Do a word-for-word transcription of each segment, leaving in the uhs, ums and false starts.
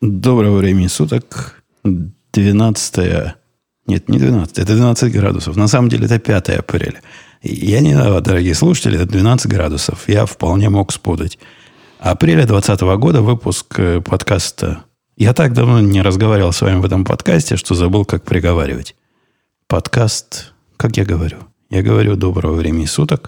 Доброго времени суток. двенадцатое... Нет, не двенадцатое, это двенадцать градусов. На самом деле это пятое апреля. Я не виноват, дорогие слушатели, это двенадцать градусов. Я вполне мог спутать. Апреля двадцатого года, выпуск подкаста. Я так давно не разговаривал с вами в этом подкасте, что забыл, как приговаривать. Подкаст, как я говорю? Я говорю доброго времени суток.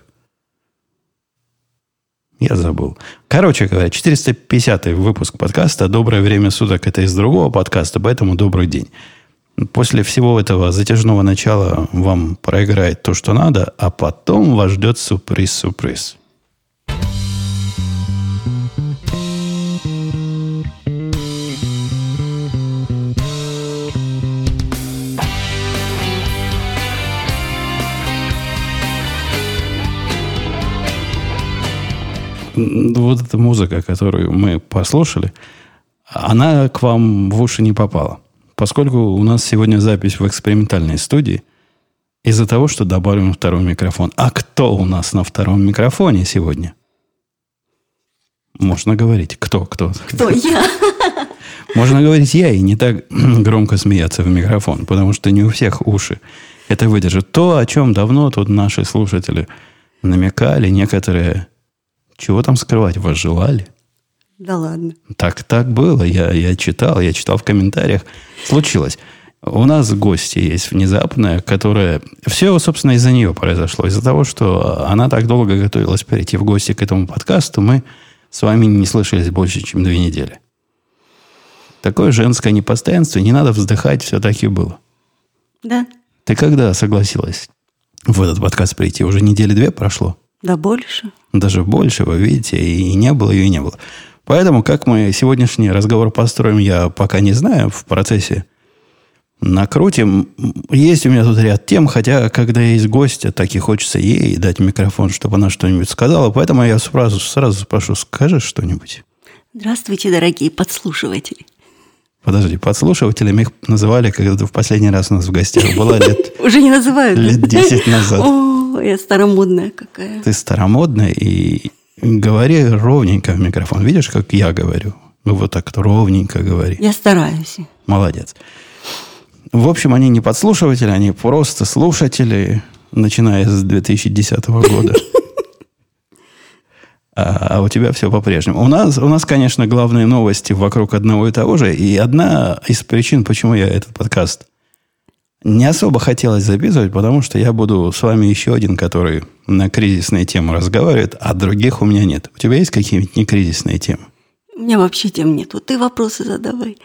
Я забыл. Короче говоря, четыреста пятидесятый выпуск подкаста. Доброе время суток это из другого подкаста, поэтому добрый день. После всего этого затяжного начала вам проиграет то, что надо, а потом вас ждет сюрприз-сюрприз. Вот эта музыка, которую мы послушали, она к вам в уши не попала. Поскольку у нас сегодня запись в экспериментальной студии, из-за того, что добавим второй микрофон. А кто у нас на втором микрофоне сегодня? Можно говорить. Кто? Кто? Кто? Я. Можно говорить я и не так громко смеяться в микрофон, потому что не у всех уши это выдержит. То, о чем давно тут наши слушатели намекали, некоторые... Чего там скрывать? Вас желали? Да ладно. Так, так было. Я, я читал, я читал в комментариях. Случилось. У нас гости есть внезапная, которая... Все, собственно, из-за нее произошло. Из-за того, что она так долго готовилась перейти в гости к этому подкасту, мы с вами не слышались больше, чем две недели. Такое женское непостоянство. Не надо вздыхать, все так и было. Да. Ты когда согласилась в этот подкаст прийти? Уже недели две прошло? Да больше. Даже больше, вы видите, и не было ее, и не было. Поэтому, как мы сегодняшний разговор построим, я пока не знаю. В процессе накрутим. Есть у меня тут ряд тем, хотя, когда есть гостья, так и хочется ей дать микрофон, чтобы она что-нибудь сказала. Поэтому я сразу, сразу спрошу, скажешь что-нибудь? Здравствуйте, дорогие подслушиватели. Подожди, подслушивателями их называли, когда ты в последний раз у нас в гостях была лет... Уже не называют? Лет десять назад. О, я старомодная какая. Ты старомодная и говори ровненько в микрофон. Видишь, как я говорю? Ну, вот так ровненько говори. Я стараюсь. Молодец. В общем, они не подслушиватели, они просто слушатели, начиная с две тысячи десятого года. А, а у тебя все по-прежнему. У нас, у нас, конечно, главные новости вокруг одного и того же. И одна из причин, почему я этот подкаст не особо хотелось записывать, потому что я буду с вами еще один, который на кризисные темы разговаривает, а других у меня нет. У тебя есть какие-нибудь некризисные темы? У меня вообще тем нет. Вот ты вопросы задавай.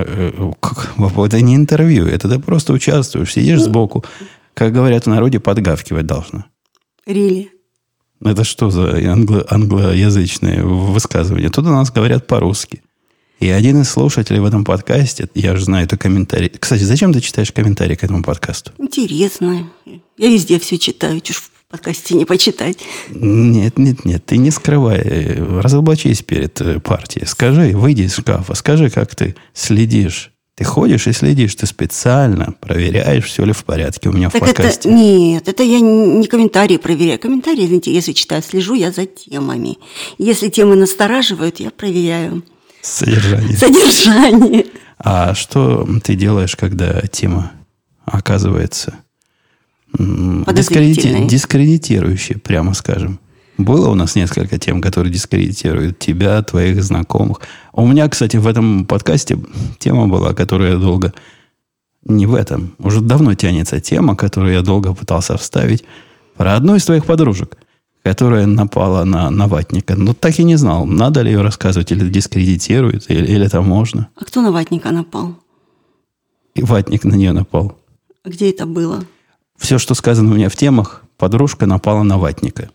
Это не интервью, это ты просто участвуешь, сидишь сбоку. Как говорят в народе, подгавкивать должна. Рили. Это что за англо- англоязычное высказывание? Тут у нас говорят по-русски. И один из слушателей в этом подкасте, я же знаю это комментарий. Кстати, зачем ты читаешь комментарии к этому подкасту? Интересно. Я везде все читаю, чушь в подкасте не почитать. Нет, нет, нет, ты не скрывай. Разоблачись перед партией. Скажи, выйди из шкафа, скажи, как ты следишь. Ты ходишь и следишь, ты специально проверяешь, все ли в порядке у меня так в подкасте. Это, нет, это я не комментарии проверяю. Комментарии, извините, если читаю, слежу я за темами. Если темы настораживают, я проверяю. Содержание. Содержание. А что ты делаешь, когда тема оказывается дискредити... дискредитирующей, прямо скажем? Было у нас несколько тем, которые дискредитируют тебя, твоих знакомых. У меня, кстати, в этом подкасте тема была, которую я долго... Не в этом. Уже давно тянется тема, которую я долго пытался вставить. Про одну из твоих подружек, которая напала на, на ватника. Но так и не знал, надо ли ее рассказывать, или дискредитирует, или, или это можно. А кто на ватника напал? И ватник на нее напал. А где это было? Все, что сказано у меня в темах, подружка напала на ватника.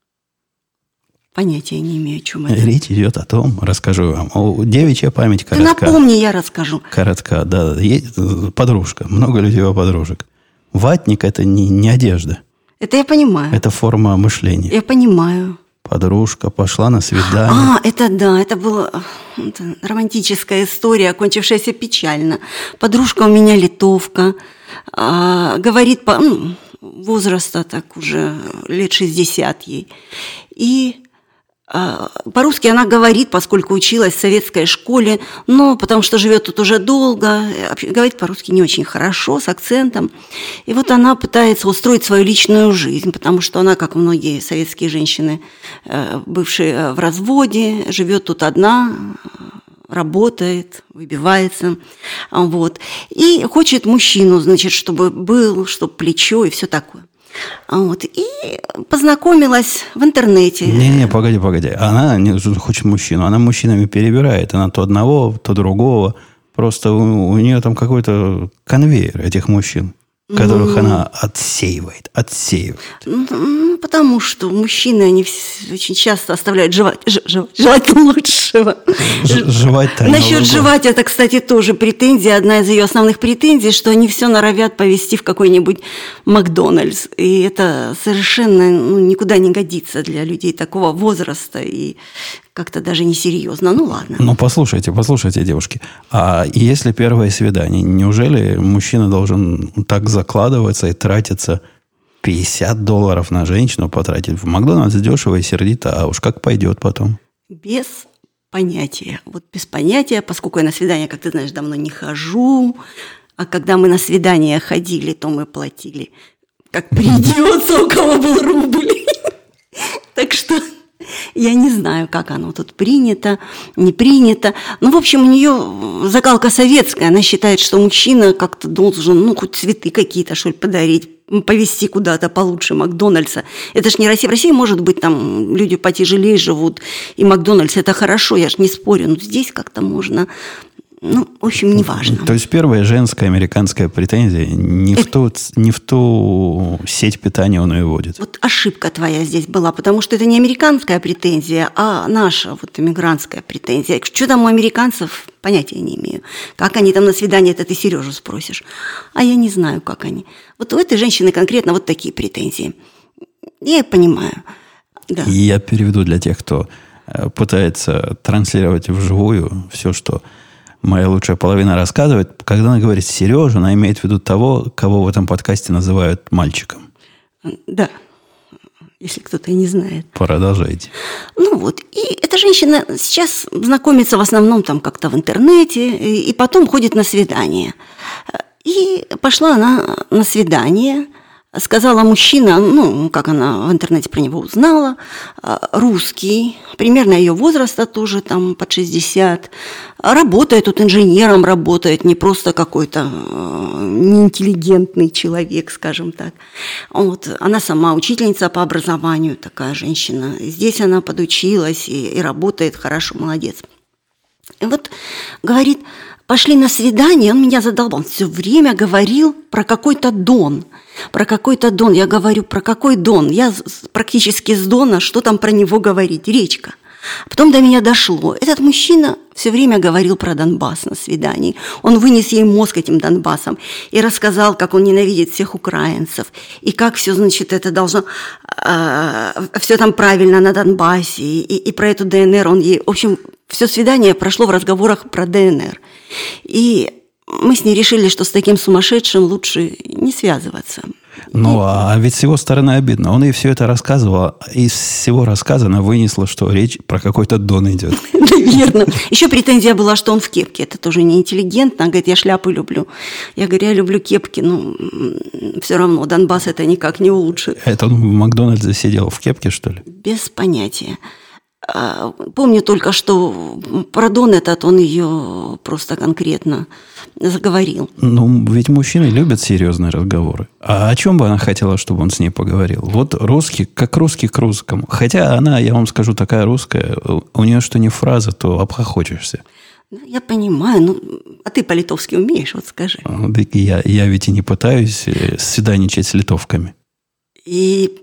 Понятия не имею, о чем это. Речь идет о том, расскажу вам. О, девичья память коротка. Ты напомни, я расскажу. Коротка, да. Есть подружка. Много ли у тебя подружек? Ватник – это не, не одежда. Это я понимаю. Это форма мышления. Я понимаю. Подружка пошла на свидание. А, это да, это была это романтическая история, окончившаяся печально. Подружка у меня литовка. А, говорит, по, ну, возраста так уже лет шестьдесят ей. И По-русски она говорит, поскольку училась в советской школе, но потому что живет тут уже долго, говорит по-русски не очень хорошо, с акцентом. И вот она пытается устроить свою личную жизнь, потому что она, как многие советские женщины, бывшие в разводе, живет тут одна, работает, выбивается, вот. И хочет мужчину, значит, чтобы был, чтобы плечо и все такое. Вот. И познакомилась в интернете. Не-не, погоди, погоди. Она не хочет мужчину, она мужчинами перебирает. Она то одного, то другого. Просто у, у нее там какой-то конвейер этих мужчин, которых mm. она отсеивает, отсеивает. Ну, потому что мужчины, они очень часто оставляют жевать, жевать, жевать лучшего. Жевать-то Насчет жевать, это, кстати, тоже претензия, одна из ее основных претензий, что они все норовят повезти в какой-нибудь Макдональдс. И это совершенно ну, никуда не годится для людей такого возраста и как-то даже несерьезно. Ну, ладно. Ну, послушайте, послушайте, девушки. А если первое свидание, неужели мужчина должен так закладываться и тратиться пятьдесят долларов на женщину потратить? В Макдональдс дешево и сердито, а уж как пойдет потом? Без понятия. Вот без понятия, поскольку я на свидание, как ты знаешь, давно не хожу, а когда мы на свидание ходили, то мы платили как придется, у кого был рубль. Так что... Я не знаю, как оно тут принято, не принято. Ну, в общем, у нее закалка советская. Она считает, что мужчина как-то должен, ну, хоть цветы какие-то, что ли, подарить, повезти куда-то получше Макдональдса. Это ж не Россия. В России, может быть, там люди потяжелее живут, и Макдональдс – это хорошо, я ж не спорю. Но здесь как-то можно... Ну, в общем, неважно. То есть первая женская американская претензия не, Это... в ту, не в ту сеть питания он ее водит. Вот ошибка твоя здесь была, потому что это не американская претензия, а наша вот иммигрантская претензия. Что там у американцев, понятия не имею. Как они там на свидание, это ты Сережу спросишь. А я не знаю, как они. Вот у этой женщины конкретно вот такие претензии. Я понимаю. Да. И я переведу для тех, кто пытается транслировать вживую все, что... моя лучшая половина рассказывает, когда она говорит Сережа, она имеет в виду того, кого в этом подкасте называют мальчиком. Да, если кто-то и не знает. Продолжайте. Ну вот, и эта женщина сейчас знакомится в основном там как-то в интернете, и, и потом ходит на свидание. И пошла она на свидание, сказала мужчина, ну, как она в интернете про него узнала, русский, примерно ее возраста тоже, там, под шестьдесят, работает тут инженером, работает, не просто какой-то неинтеллигентный человек, скажем так. Вот, она сама учительница по образованию, такая женщина. Здесь она подучилась и, и работает хорошо, молодец. И вот говорит, пошли на свидание, он меня задолбал, он все время говорил про какой-то Дон. Про какой-то Дон. Я говорю, про какой Дон? Я практически с Дона, что там про него говорить? Речка. Потом до меня дошло. Этот мужчина все время говорил про Донбасс на свидании. Он вынес ей мозг этим Донбассом и рассказал, как он ненавидит всех украинцев, и как все, значит, это должно... Э, все там правильно на Донбассе, и, и про эту ДНР он ей... В общем, все свидание прошло в разговорах про ДНР. И мы с ней решили, что с таким сумасшедшим лучше не связываться. Ну, и... а ведь с его стороны обидно. Он ей все это рассказывал, и из всего рассказа она вынесла, что речь про какой-то Дон идет. Верно. Еще претензия была, что он в кепке. Это тоже неинтеллигентно. Она говорит, я шляпы люблю. Я говорю, я люблю кепки, но все равно Донбасс это никак не улучшит. Это он в Макдональдсе сидел в кепке, что ли? Без понятия. Помню только, что про Дон этот он ее просто конкретно заговорил. Ну, ведь мужчины любят серьезные разговоры. А о чем бы она хотела, чтобы он с ней поговорил? Вот русский, как русский к русскому. Хотя она, я вам скажу, такая русская, у нее что не фраза, то обхохочешься. Я понимаю, ну, а ты по-литовски умеешь, вот скажи. Да я, я ведь и не пытаюсь свиданичать с литовками. И...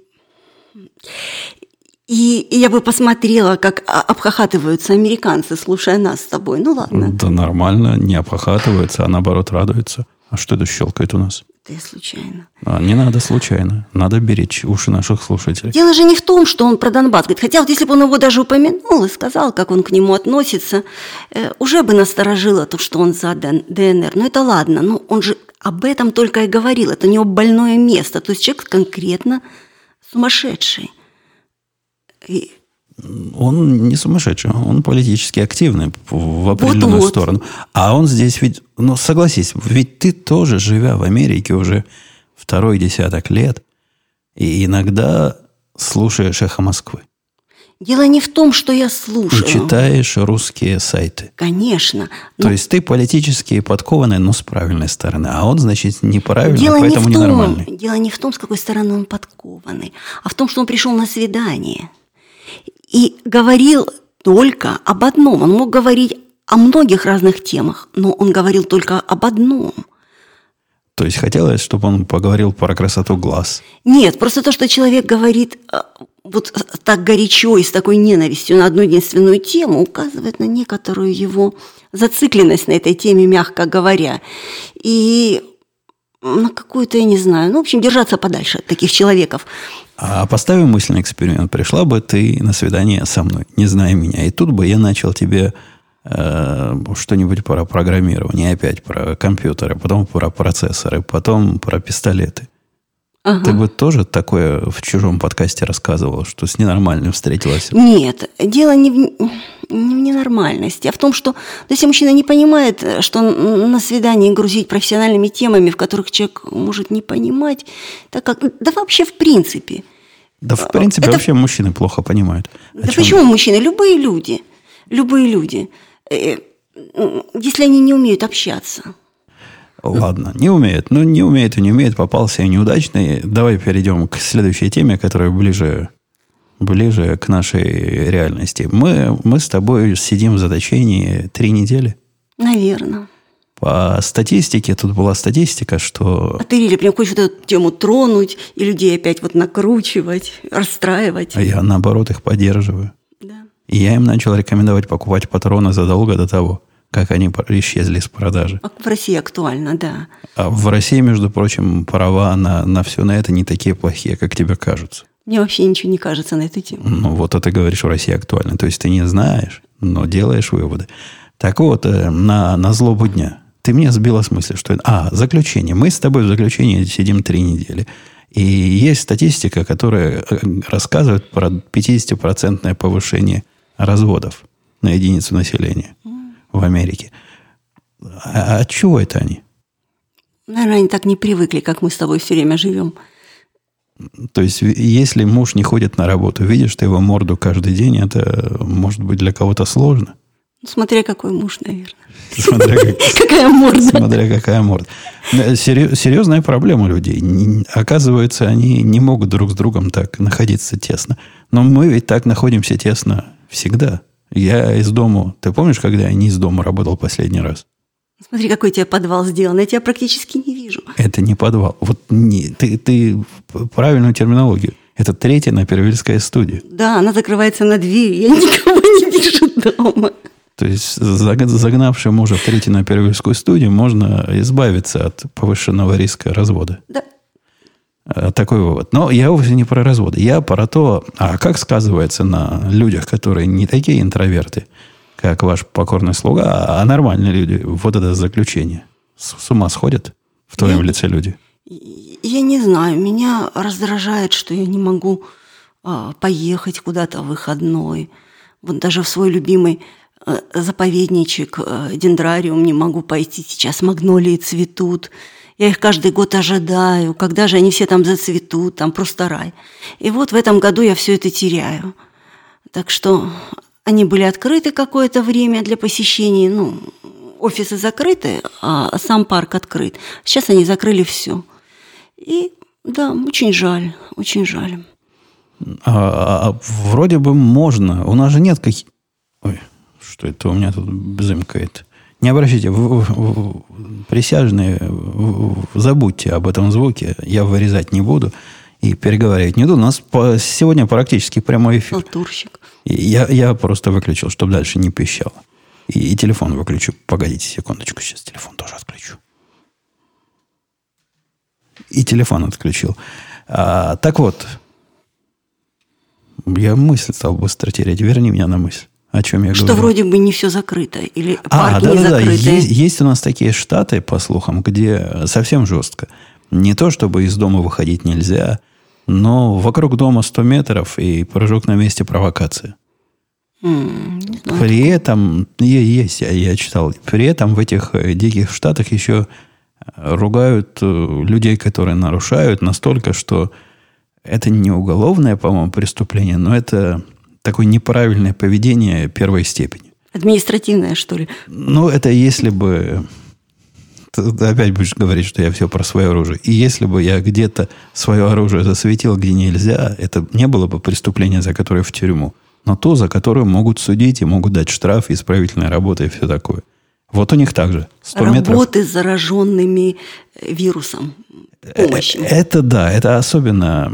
И, и я бы посмотрела, как обхохатываются американцы, слушая нас с тобой. Ну, ладно. Да нормально, не обхохатываются, а наоборот радуются. А что это щелкает у нас? Это я случайно. А, не надо случайно. Надо беречь уши наших слушателей. Дело же не в том, что он про Донбасс говорит. Хотя вот если бы он его даже упомянул и сказал, как он к нему относится, э, уже бы насторожило то, что он за ДНР. Ну, это ладно. Но он же об этом только и говорил. Это у него больное место. То есть человек конкретно сумасшедший. И... Он не сумасшедший, он политически активный в определенную Вот-вот. сторону. А он здесь ведь, ну согласись, ведь ты тоже, живя в Америке уже второй десяток лет, и иногда слушаешь «Эхо Москвы». Дело не в том, что я слушаю. И читаешь русские сайты. Конечно. То есть ты политически подкованный, но с правильной стороны. А он, значит, неправильный, дело поэтому не в том, ненормальный. Дело не в том, с какой стороны он подкованный, а в том, что он пришел на свидание и говорил только об одном. Он мог говорить о многих разных темах, но он говорил только об одном. То есть хотелось, чтобы он поговорил про красоту глаз. Нет, просто то, что человек говорит э, вот так горячо и с такой ненавистью на одну единственную тему, указывает на некоторую его зацикленность на этой теме, мягко говоря. И на какую-то, я не знаю, ну, в общем, держаться подальше от таких человеков. А поставим мысленный эксперимент. Пришла бы ты на свидание со мной, не зная меня, и тут бы я начал тебе э, что-нибудь про программирование, опять про компьютеры, потом про процессоры, потом про пистолеты. Ага. Ты бы тоже такое в чужом подкасте рассказывала, что с ненормальным встретилась? Нет, дело не в, не в ненормальности, а в том, что если мужчина не понимает, что на свидании грузить профессиональными темами, в которых человек может не понимать, так как, да вообще в принципе. Да в принципе это... вообще мужчины плохо понимают. Да почему мужчины? Любые люди, любые люди, если они не умеют общаться. Ладно, не умеет. Ну, не умеет и не умеет, попался и неудачный. Давай перейдем к следующей теме, которая ближе, ближе к нашей реальности. Мы, мы с тобой сидим в заточении три недели. Наверное. По статистике, тут была статистика, что... А ты, Лиля, прям хочешь вот эту тему тронуть и людей опять вот накручивать, расстраивать. А я, наоборот, их поддерживаю. Да. И я им начал рекомендовать покупать патроны задолго до того, как они исчезли с продажи. А в России актуально, да. А в России, между прочим, права на, на все на это не такие плохие, как тебе кажутся. Мне вообще ничего не кажется на эту тему. Ну, вот это ты говоришь, в России актуально. То есть ты не знаешь, но делаешь выводы. Так вот, на, на злобу дня. Ты меня сбила с мысли, что... А, заключение. Мы с тобой в заключении сидим три недели. И есть статистика, которая рассказывает про пятидесятипроцентное повышение разводов на единицу населения в Америке. А от чего это они? Наверное, они так не привыкли, как мы с тобой все время живем. То есть, если муж не ходит на работу, видишь ты его морду каждый день, это может быть для кого-то сложно. Смотря какой муж, наверное. Смотря как, какая морда. Смотря какая морда. Серьезная проблема людей. Оказывается, они не могут друг с другом так находиться тесно. Но мы ведь так находимся тесно всегда. Я из дому... Ты помнишь, когда я не из дома работал последний раз? Смотри, какой у тебя подвал сделан. Я тебя практически не вижу. Это не подвал. Вот не, ты, ты правильную терминологию. Это третья Напервильская студия. Да, она закрывается на дверь. Я никого не вижу дома. То есть, загнавши мужа в третью Напервильскую студию, можно избавиться от повышенного риска развода. Да. Такой вывод. Но я вовсе не про разводы. Я про то, а как сказывается на людях, которые не такие интроверты, как ваш покорный слуга, а нормальные люди, вот это заключение. С, с ума сходят в твоем я, лице люди? Я не знаю. Меня раздражает, что я не могу а, поехать куда-то в выходной. Вот даже в свой любимый а, заповедничек, а, дендрариум не могу пойти. Сейчас магнолии цветут. Я их каждый год ожидаю, когда же они все там зацветут, там просто рай. И вот в этом году я все это теряю. Так что они были открыты какое-то время для посещений. Ну, офисы закрыты, а сам парк открыт. Сейчас они закрыли все. И да, очень жаль, очень жаль. А, а, вроде бы можно. У нас же нет каких... Ой, что это у меня тут зымкает? Не обращайте, в, в, в, присяжные, в, в, забудьте об этом звуке. Я вырезать не буду и переговаривать не буду. У нас по, сегодня практически прямой эфир. Халтурщик. Я, я просто выключил, чтобы дальше не пищало. И, и телефон выключу. Погодите секундочку, сейчас телефон тоже отключу. И телефон отключил. А, так вот, я мысль стал быстро терять. Верни меня на мысль. О чем я что говорю? Вроде бы не все закрыто. Или а, парки да, не да, закрыты. Да. Есть, есть у нас такие штаты, по слухам, где совсем жестко. Не то, чтобы из дома выходить нельзя, но вокруг дома сто метров и прыжок на месте провокация. Mm, при этом, есть, я, я читал, при этом в этих диких штатах еще ругают людей, которые нарушают, настолько, что это не уголовное, по-моему, преступление, но это такое неправильное поведение первой степени. Административное, что ли? Ну, это если бы... Ты опять будешь говорить, что я все про свое оружие. И если бы я где-то свое оружие засветил, где нельзя, это не было бы преступление, за которое в тюрьму. Но то, за которое могут судить и могут дать штраф, исправительная работа и все такое. Вот у них также. сто метров. Работы с зараженными вирусом. Помощью. Это да, это особенно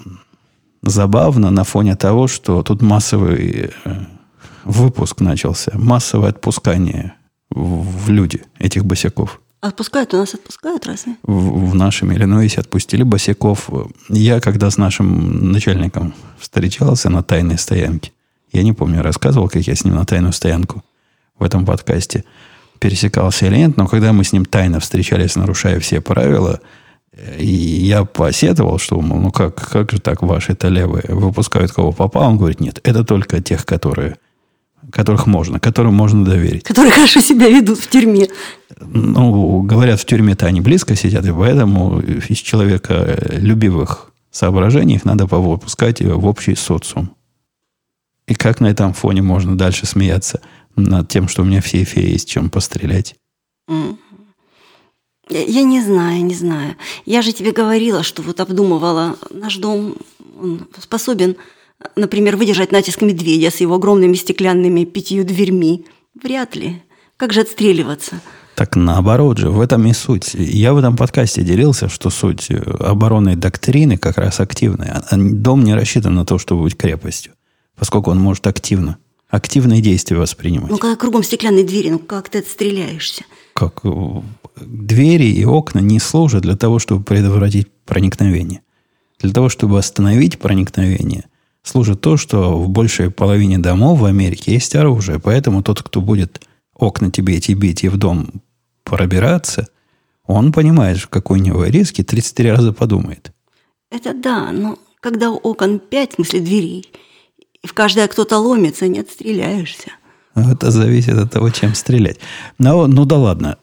забавно на фоне того, что тут массовый выпуск начался. Массовое отпускание в люди этих босяков. Отпускают? У нас отпускают, разве? В, в нашем Иллинойсе отпустили босяков. Я, когда с нашим начальником встречался на тайной стоянке, я не помню, рассказывал, как я с ним на тайную стоянку в этом подкасте пересекался или нет, но когда мы с ним тайно встречались, нарушая все правила, и я посетовал, что, мол, ну как, как же так ваши-то левые выпускают кого попало? Он говорит, нет, это только тех, которые... которых можно, которым можно доверить. Которые хорошо себя ведут в тюрьме. Ну, говорят, в тюрьме-то они близко сидят, и поэтому из человека любивых соображений их надо повыпускать в общий социум. И как на этом фоне можно дальше смеяться над тем, что у меня в сейфе есть чем пострелять? Mm. Я, я не знаю, не знаю. Я же тебе говорила, что вот обдумывала наш дом, он способен... Например, выдержать натиск медведя с его огромными стеклянными пятью дверьми. Вряд ли. Как же отстреливаться? Так наоборот же, в этом и суть. Я в этом подкасте делился, что суть оборонной доктрины как раз активная. Дом не рассчитан на то, чтобы быть крепостью, поскольку он может активно, активные действия воспринимать. Ну, когда кругом стеклянные двери, ну как ты отстреляешься? Как? Двери и окна не служат для того, чтобы предотвратить проникновение. Для того, чтобы остановить проникновение, служит то, что в большей половине домов в Америке есть оружие. Поэтому тот, кто будет окна тебе эти бить и в дом пробираться, он понимает, какой у него риск, и тридцать три раза подумает. Это да, но когда окон пять, в смысле дверей, и в каждое кто-то ломится, не отстреляешься. Это зависит от того, чем стрелять. Ну, ну да ладно.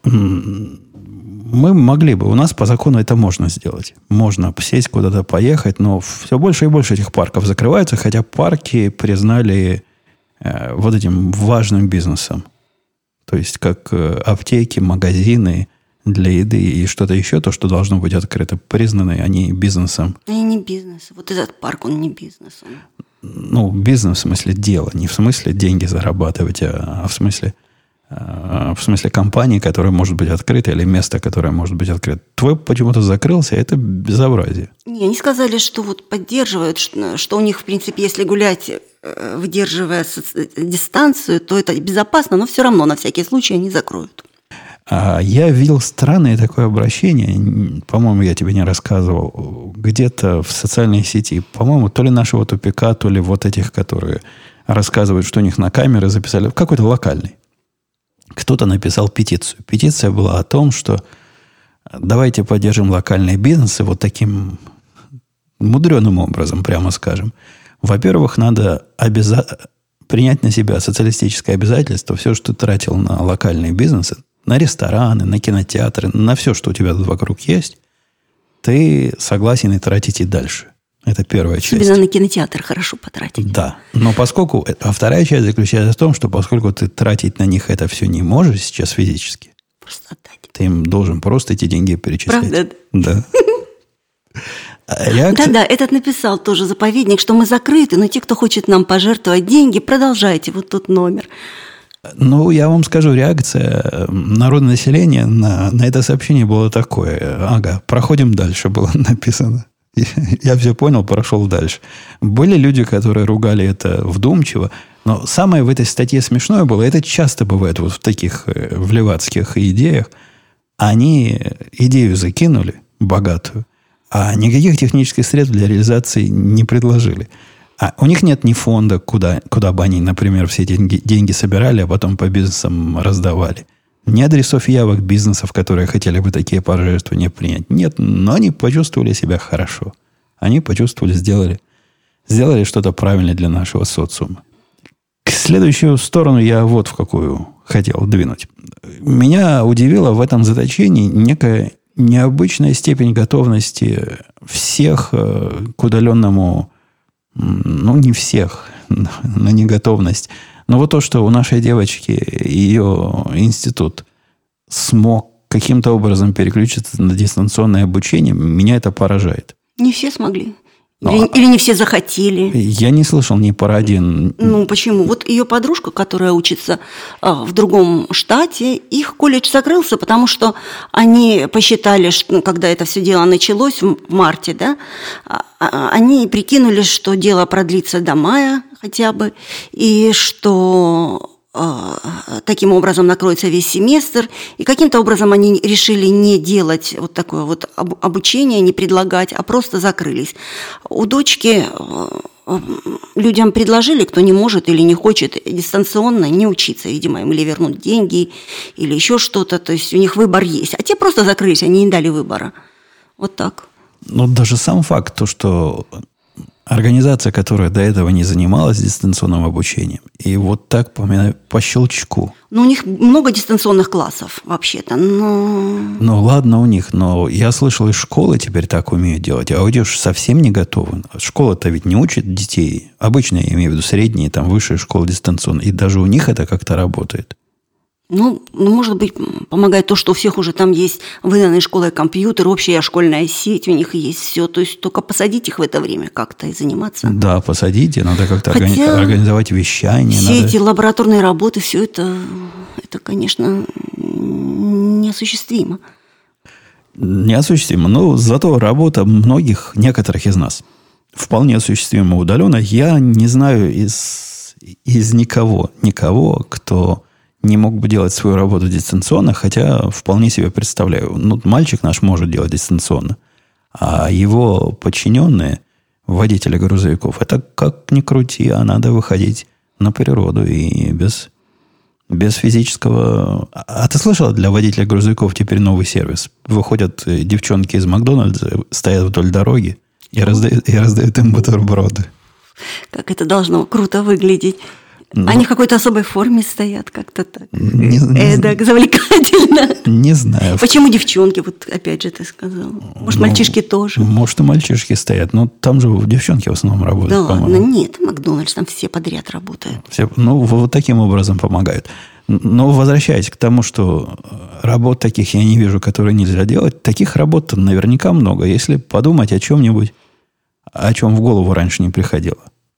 Мы могли бы, у нас по закону это можно сделать. Можно сесть куда-то, поехать, но все больше и больше этих парков закрываются, хотя парки признали э, вот этим важным бизнесом. То есть, как э, аптеки, магазины для еды и что-то еще, то, что должно быть открыто, признаны они бизнесом. Они не бизнес. Вот этот парк, он не бизнес. Он... Ну, бизнес в смысле дела, не в смысле деньги зарабатывать, а, а в смысле... В смысле компании, которая может быть открыта, или место, которое может быть открыто. Твой почему-то закрылся, это безобразие. Не, они сказали, что вот поддерживают, что, что у них, в принципе, если гулять, выдерживая дистанцию, то это безопасно, но все равно на всякий случай они закроют. А я видел странное такое обращение, по-моему, я тебе не рассказывал, где-то в социальной сети, по-моему, то ли нашего тупика, то ли вот этих, которые рассказывают, что у них на камеры записали, какой-то локальный. Кто-то написал петицию. Петиция была о том, что давайте поддержим локальные бизнесы вот таким мудреным образом, прямо скажем. Во-первых, надо обяза- принять на себя социалистическое обязательство, все, что ты тратил на локальные бизнесы, на рестораны, на кинотеатры, на все, что у тебя тут вокруг есть, ты согласен и тратить и дальше. Это первая часть. Особенно на кинотеатр хорошо потратить. Да. Но поскольку... А вторая часть заключается в том, что поскольку ты тратить на них это все не можешь сейчас физически, просто отдать. Ты им должен просто эти деньги перечислять. Правда? Да. Реакция... Да-да, этот написал тоже заповедник, что мы закрыты, но те, кто хочет нам пожертвовать деньги, продолжайте, вот тут номер. Ну, я вам скажу, реакция народного населения на, на это сообщение была такое. Ага, проходим дальше, было написано. Я все понял, прошел дальше. Были люди, которые ругали это вдумчиво, но самое в этой статье смешное было, это часто бывает вот в таких в левацких идеях, они идею закинули, богатую, а никаких технических средств для реализации не предложили. А у них нет ни фонда, куда, куда бы они, например, все эти деньги, деньги собирали, а потом по бизнесам раздавали. Ни адресов явок бизнесов, которые хотели бы такие пожертвования принять. Нет, но они почувствовали себя хорошо. Они почувствовали, сделали, сделали что-то правильное для нашего социума. К следующую сторону я вот в какую хотел двинуть. Меня удивила в этом заточении некая необычная степень готовности всех к удаленному, ну, не всех, на неготовность. Но вот то, что у нашей девочки ее институт смог каким-то образом переключиться на дистанционное обучение, меня это поражает. Не все смогли. Или, Но, или не все захотели. Я не слышал ни про один. Ну, почему? Вот ее подружка, которая учится а, в другом штате, их колледж закрылся, потому что они посчитали, что, ну, когда это все дело началось в марте, да, а, а, они прикинули, что дело продлится до мая хотя бы, и что таким образом накроется весь семестр, и каким-то образом они решили не делать вот такое вот обучение, не предлагать, а просто закрылись. У дочки людям предложили, кто не может или не хочет дистанционно не учиться, видимо, им или вернуть деньги, или еще что-то, то есть у них выбор есть. А те просто закрылись, они не дали выбора. Вот так. Ну, даже сам факт, то, что организация, которая до этого не занималась дистанционным обучением, и вот так по, по щелчку. Ну, у них много дистанционных классов, вообще-то, но... Ну, ладно у них, но я слышал, и школы теперь так умеют делать, а уйдешь совсем не готовы. Школа-то ведь не учит детей, обычные, я имею в виду средние, там, высшие школы дистанционно, и даже у них это как-то работает. Ну, ну, может быть, помогает то, что у всех уже там есть выданные школой компьютер, общая школьная сеть, у них есть все. То есть только посадить их в это время как-то и заниматься. Да, посадите, надо как-то Хотя органи- организовать вещание. Все надо... эти лабораторные работы, все это, это, конечно, неосуществимо. Неосуществимо, но зато работа многих, некоторых из нас вполне осуществима удаленно. Я не знаю из, из никого, никого, кто... не мог бы делать свою работу дистанционно, хотя вполне себе представляю. Ну, мальчик наш может делать дистанционно, а его подчиненные, водители грузовиков, это как ни крути, а надо выходить на природу и без, без физического... А ты слышал, для водителя грузовиков теперь новый сервис? Выходят девчонки из Макдональдса, стоят вдоль дороги и раздают, и раздают им бутерброды. Как это должно круто выглядеть. Но... Они в какой-то особой форме стоят, как-то так. Не, не, Эдак, завлекательно. Не знаю. Почему девчонки, вот опять же ты сказал? Может, ну, мальчишки тоже? Может, и мальчишки стоят, но там же девчонки в основном работают, да по-моему. Да ладно, нет, Макдональдс, там все подряд работают. Все, ну, вот таким образом помогают. Но возвращаясь к тому, что работ таких я не вижу, которые нельзя делать, таких работ наверняка много, если подумать о чем-нибудь, о чем в голову раньше не приходило.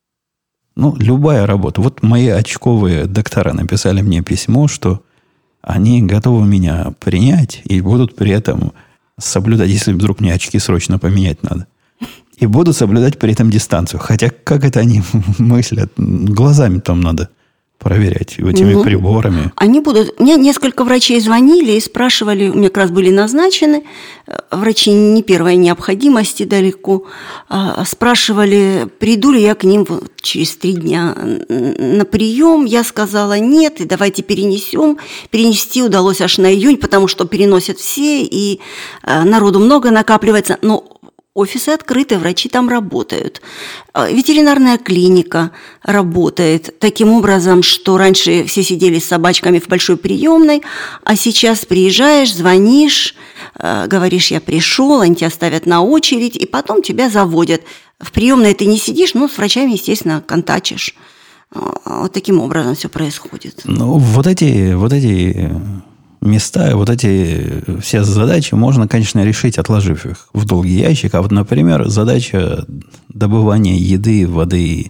Ну, любая работа. Вот мои очковые доктора написали мне письмо, что они готовы меня принять и будут при этом соблюдать, если вдруг мне очки срочно поменять надо. И будут соблюдать при этом дистанцию. Хотя как это они мыслят? Глазами там надо проверять этими ну, приборами. Они будут... Мне несколько врачей звонили и спрашивали, у меня как раз были назначены, врачи не первой необходимости далеко, спрашивали, приду ли я к ним через три дня на прием. Я сказала нет, и давайте перенесем. Перенести удалось аж на июнь, потому что переносят все, и народу много накапливается. Но офисы открыты, врачи там работают. Ветеринарная клиника работает таким образом, что раньше все сидели с собачками в большой приемной, а сейчас приезжаешь, звонишь, говоришь, я пришел, они тебя ставят на очередь, и потом тебя заводят. В приемной ты не сидишь, но с врачами, естественно, контачишь. Вот таким образом все происходит. Ну, вот эти... Вот эти... места, вот эти все задачи можно, конечно, решить, отложив их в долгий ящик. А вот, например, задача добывания еды, воды,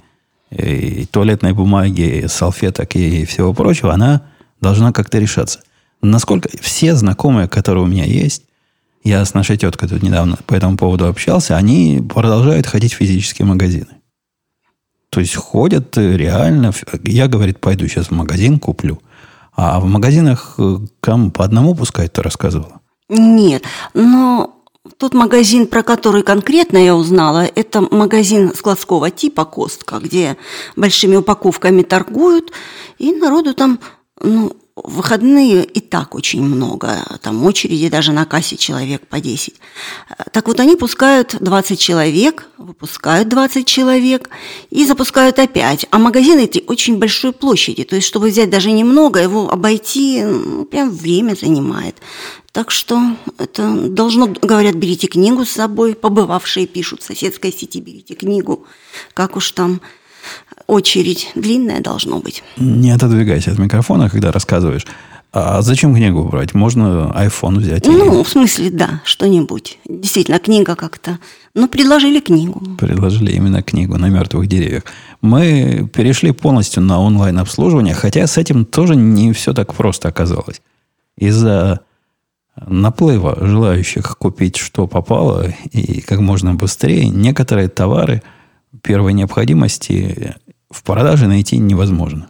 и туалетной бумаги, салфеток и всего прочего, она должна как-то решаться. Насколько все знакомые, которые у меня есть, я с нашей теткой тут недавно по этому поводу общался, они продолжают ходить в физические магазины. То есть ходят реально. Я, говорит, пойду сейчас в магазин, куплю. А в магазинах кому по одному пускай ты рассказывала? Нет, но тот магазин, про который конкретно я узнала, это магазин складского типа «Костка», где большими упаковками торгуют, и народу там, ну, в выходные и так очень много. Там очереди даже на кассе человек по десять. Так вот, они пускают двадцать человек, выпускают двадцать человек и запускают опять. А магазины эти очень большой площади. То есть, чтобы взять даже немного, его обойти, ну, прям время занимает. Так что это должно, говорят, берите книгу с собой. Побывавшие пишут в соседской сети, берите книгу. Как уж там очередь длинная должно быть. Не отодвигайся от микрофона, когда рассказываешь. А зачем книгу брать? Можно iPhone взять? Ну, или... в смысле, да, что-нибудь. Действительно, книга как-то. Ну, предложили книгу. Предложили именно книгу на мертвых деревьях. Мы перешли полностью на онлайн-обслуживание, хотя с этим тоже не все так просто оказалось. Из-за наплыва желающих купить что попало и как можно быстрее, некоторые товары первой необходимости в продаже найти невозможно.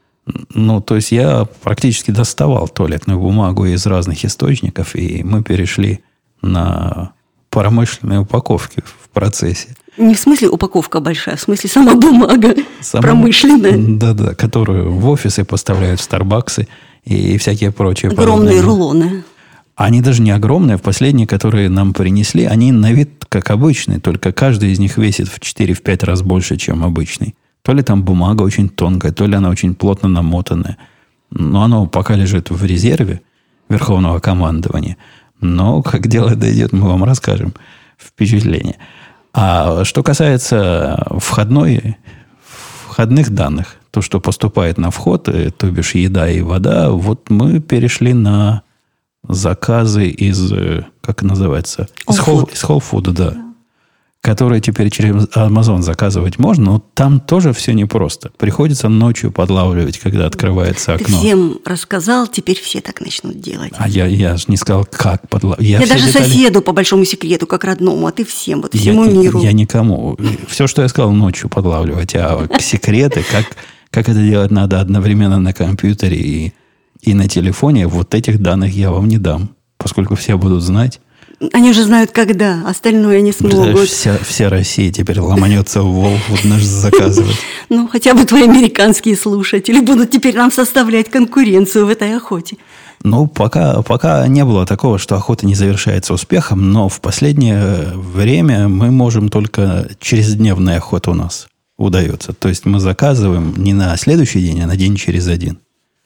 Ну, то есть я практически доставал туалетную бумагу из разных источников, и мы перешли на промышленные упаковки в процессе. Не в смысле упаковка большая, в смысле сама бумага сама, промышленная. Да-да, которую в офисы поставляют, в Старбаксы и всякие прочие. Огромные рулоны. Они даже не огромные. В последние, которые нам принесли, они на вид как обычные, только каждый из них весит в четыре-пять раз больше, чем обычный. То ли там бумага очень тонкая, то ли она очень плотно намотанная. Но оно пока лежит в резерве Верховного командования. Но как дело дойдет, мы вам расскажем впечатление. А что касается входной, входных данных, то, что поступает на вход, то бишь еда и вода, вот мы перешли на заказы из, как называется? Из Whole, из Whole Food, да. да. Которые теперь через Amazon заказывать можно, но там тоже все непросто. Приходится ночью подлавливать, когда открывается окно. Ты всем рассказал, теперь все так начнут делать. А я, я же не сказал, как подлавливать. Я, я даже детали... соседу, по большому секрету, как родному, а ты всем, вот всему я, миру. Я никому. Все, что я сказал, ночью подлавливать. А секреты, как, как это делать надо одновременно на компьютере и, и на телефоне, вот этих данных я вам не дам, поскольку все будут знать. Они уже знают, когда, остальное не смогут. Вся, вся Россия теперь ломанется в Волфуд наш заказывать. Ну, хотя бы твои американские слушатели будут теперь нам составлять конкуренцию в этой охоте. Ну, пока, пока не было такого, что охота не завершается успехом, но в последнее время мы можем только чрездневная охота у нас удается. То есть мы заказываем не на следующий день, а на день через один.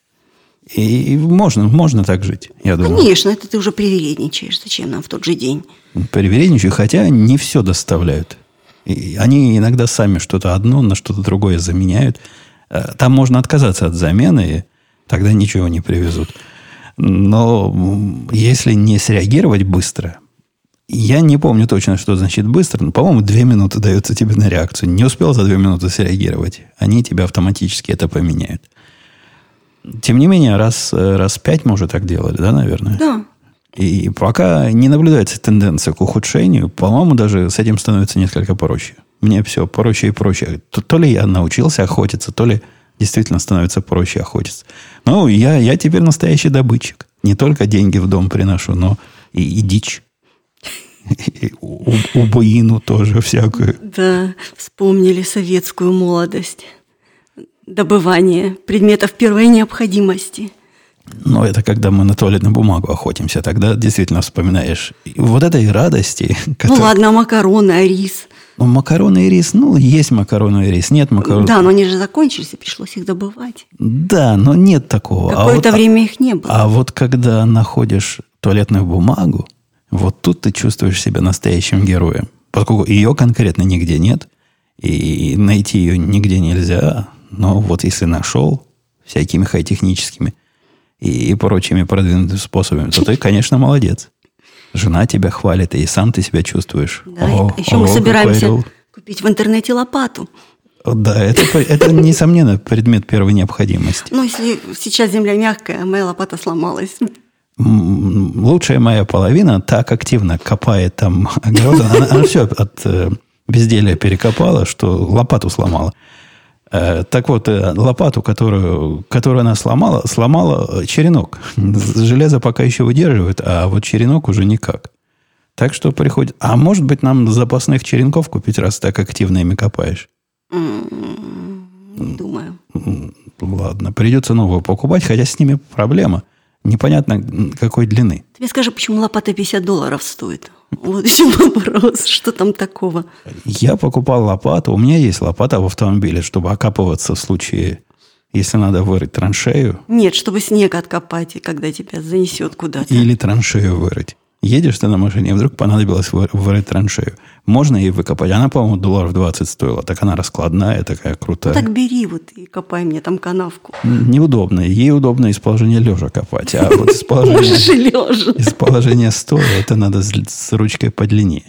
И можно, можно так жить, я думаю. Конечно, это ты уже привередничаешь. Зачем нам в тот же день? Привередничаю, хотя не все доставляют. И они иногда сами что-то одно на что-то другое заменяют. Там можно отказаться от замены, и тогда ничего не привезут. Но если не среагировать быстро, я не помню точно, что значит быстро, но, по-моему, две минуты дается тебе на реакцию. Не успел за две минуты среагировать, они тебя автоматически это поменяют. Тем не менее, раз, раз пять мы уже так делали, да, наверное? Да. И пока не наблюдается тенденция к ухудшению, по-моему, даже с этим становится несколько проще. Мне все проще и проще. То, то ли я научился охотиться, то ли действительно становится проще охотиться. Ну, я, я теперь настоящий добытчик. Не только деньги в дом приношу, но и, и дичь. И убоину тоже всякую. Да, вспомнили советскую молодость. Добывание предметов первой необходимости. Ну, это когда мы на туалетную бумагу охотимся. Тогда действительно вспоминаешь вот этой радости. Которая... Ну, ладно, макароны, а рис? Ну, макароны и рис. Ну, есть макароны и рис, нет макарон. Да, но они же закончились, и пришлось их добывать. Да, но нет такого. Какое-то а вот, время их не было. А вот когда находишь туалетную бумагу, вот тут ты чувствуешь себя настоящим героем. Поскольку ее конкретно нигде нет, и найти ее нигде нельзя. Но вот если нашел всякими хай-техническими и, и прочими продвинутыми способами, то ты, конечно, молодец. Жена тебя хвалит, и сам ты себя чувствуешь. Да, о, еще о, мы собираемся какой... купить в интернете лопату. Да, это, это, несомненно, предмет первой необходимости. Ну, если сейчас земля мягкая, а моя лопата сломалась. Лучшая моя половина так активно копает там огород. Она, она все от безделия перекопала, что лопату сломала. Так вот, лопату, которую, которую она сломала, сломала черенок. Железо пока еще выдерживает, а вот черенок уже никак. Так что приходит... А может быть, нам запасных черенков купить, раз так активно ими копаешь? Не думаю. Ладно, придется новую покупать, хотя с ними проблема. Непонятно, какой длины. Ты мне скажи, почему лопата пятьдесят долларов стоит? Вот еще вопрос, что там такого? Я покупал лопату, у меня есть лопата в автомобиле, чтобы окапываться в случае, если надо вырыть траншею. Нет, чтобы снег откопать, и когда тебя занесет куда-то. Или траншею вырыть. Едешь ты на машине, и вдруг понадобилось вырыть траншею. Можно ей выкопать. Она, по-моему, долларов двадцать стоила. Так она раскладная, такая крутая. Ну, так бери вот и копай мне там канавку. Неудобно. Ей удобно из положения лежа копать. А вот из Можешь и лежа. из положения стоя это надо с, с ручкой подлиннее.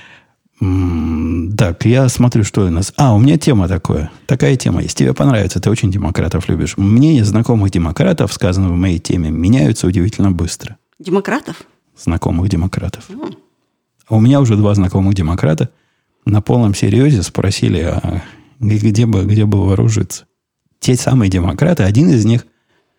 М-м, так, я смотрю, что у нас... А, у меня тема такая. Такая тема есть. Тебе понравится. Ты очень демократов любишь. Мнения знакомых демократов, сказано в моей теме, меняются удивительно быстро. Демократов? Знакомых демократов. Mm. У меня уже два знакомых демократа на полном серьезе спросили, а где бы, где бы вооружиться. Те самые демократы, один из них,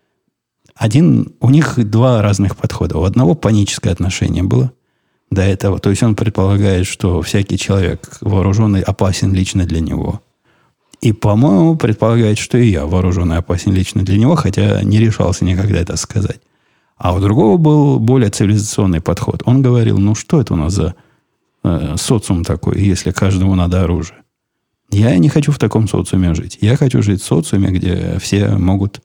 один, у них два разных подхода. У одного паническое отношение было до этого. То есть он предполагает, что всякий человек вооруженный опасен лично для него. И, по-моему, предполагает, что и я вооруженный опасен лично для него, хотя не решался никогда это сказать. А у другого был более цивилизационный подход. Он говорил, ну что это у нас за э, социум такой, если каждому надо оружие? Я не хочу в таком социуме жить. Я хочу жить в социуме, где все могут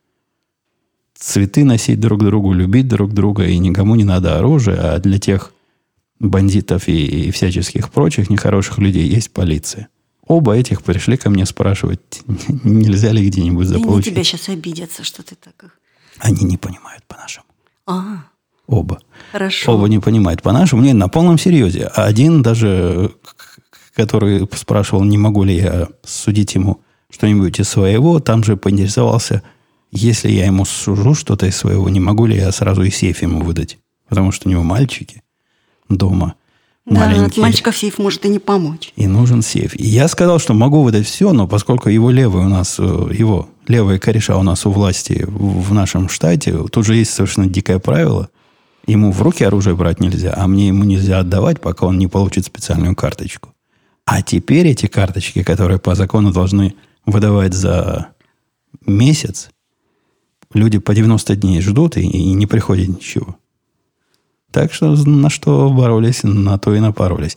цветы носить друг другу, любить друг друга, и никому не надо оружие, а для тех бандитов и, и всяческих прочих нехороших людей есть полиция. Оба этих пришли ко мне спрашивать, нельзя ли где-нибудь заполучить. Они тебя сейчас обидятся, что ты так их... Они не понимают по-нашему. А, Оба. хорошо. Оба не понимают по-нашему. Нет, на полном серьезе. А один даже, который спрашивал, не могу ли я судить ему что-нибудь из своего, там же поинтересовался, если я ему сужу что-то из своего, не могу ли я сразу и сейф ему выдать. Потому что у него мальчики дома. Да, маленькие. от мальчиков сейф может и не помочь. И нужен сейф. И я сказал, что могу выдать все, но поскольку его левый у нас, его левые кореша у нас у власти в нашем штате, тут же есть совершенно дикое правило. Ему в руки оружие брать нельзя, а мне ему нельзя отдавать, пока он не получит специальную карточку. А теперь эти карточки, которые по закону должны выдавать за месяц, люди по девяносто дней ждут, и, и не приходит ничего. Так что на что боролись, на то и напоролись.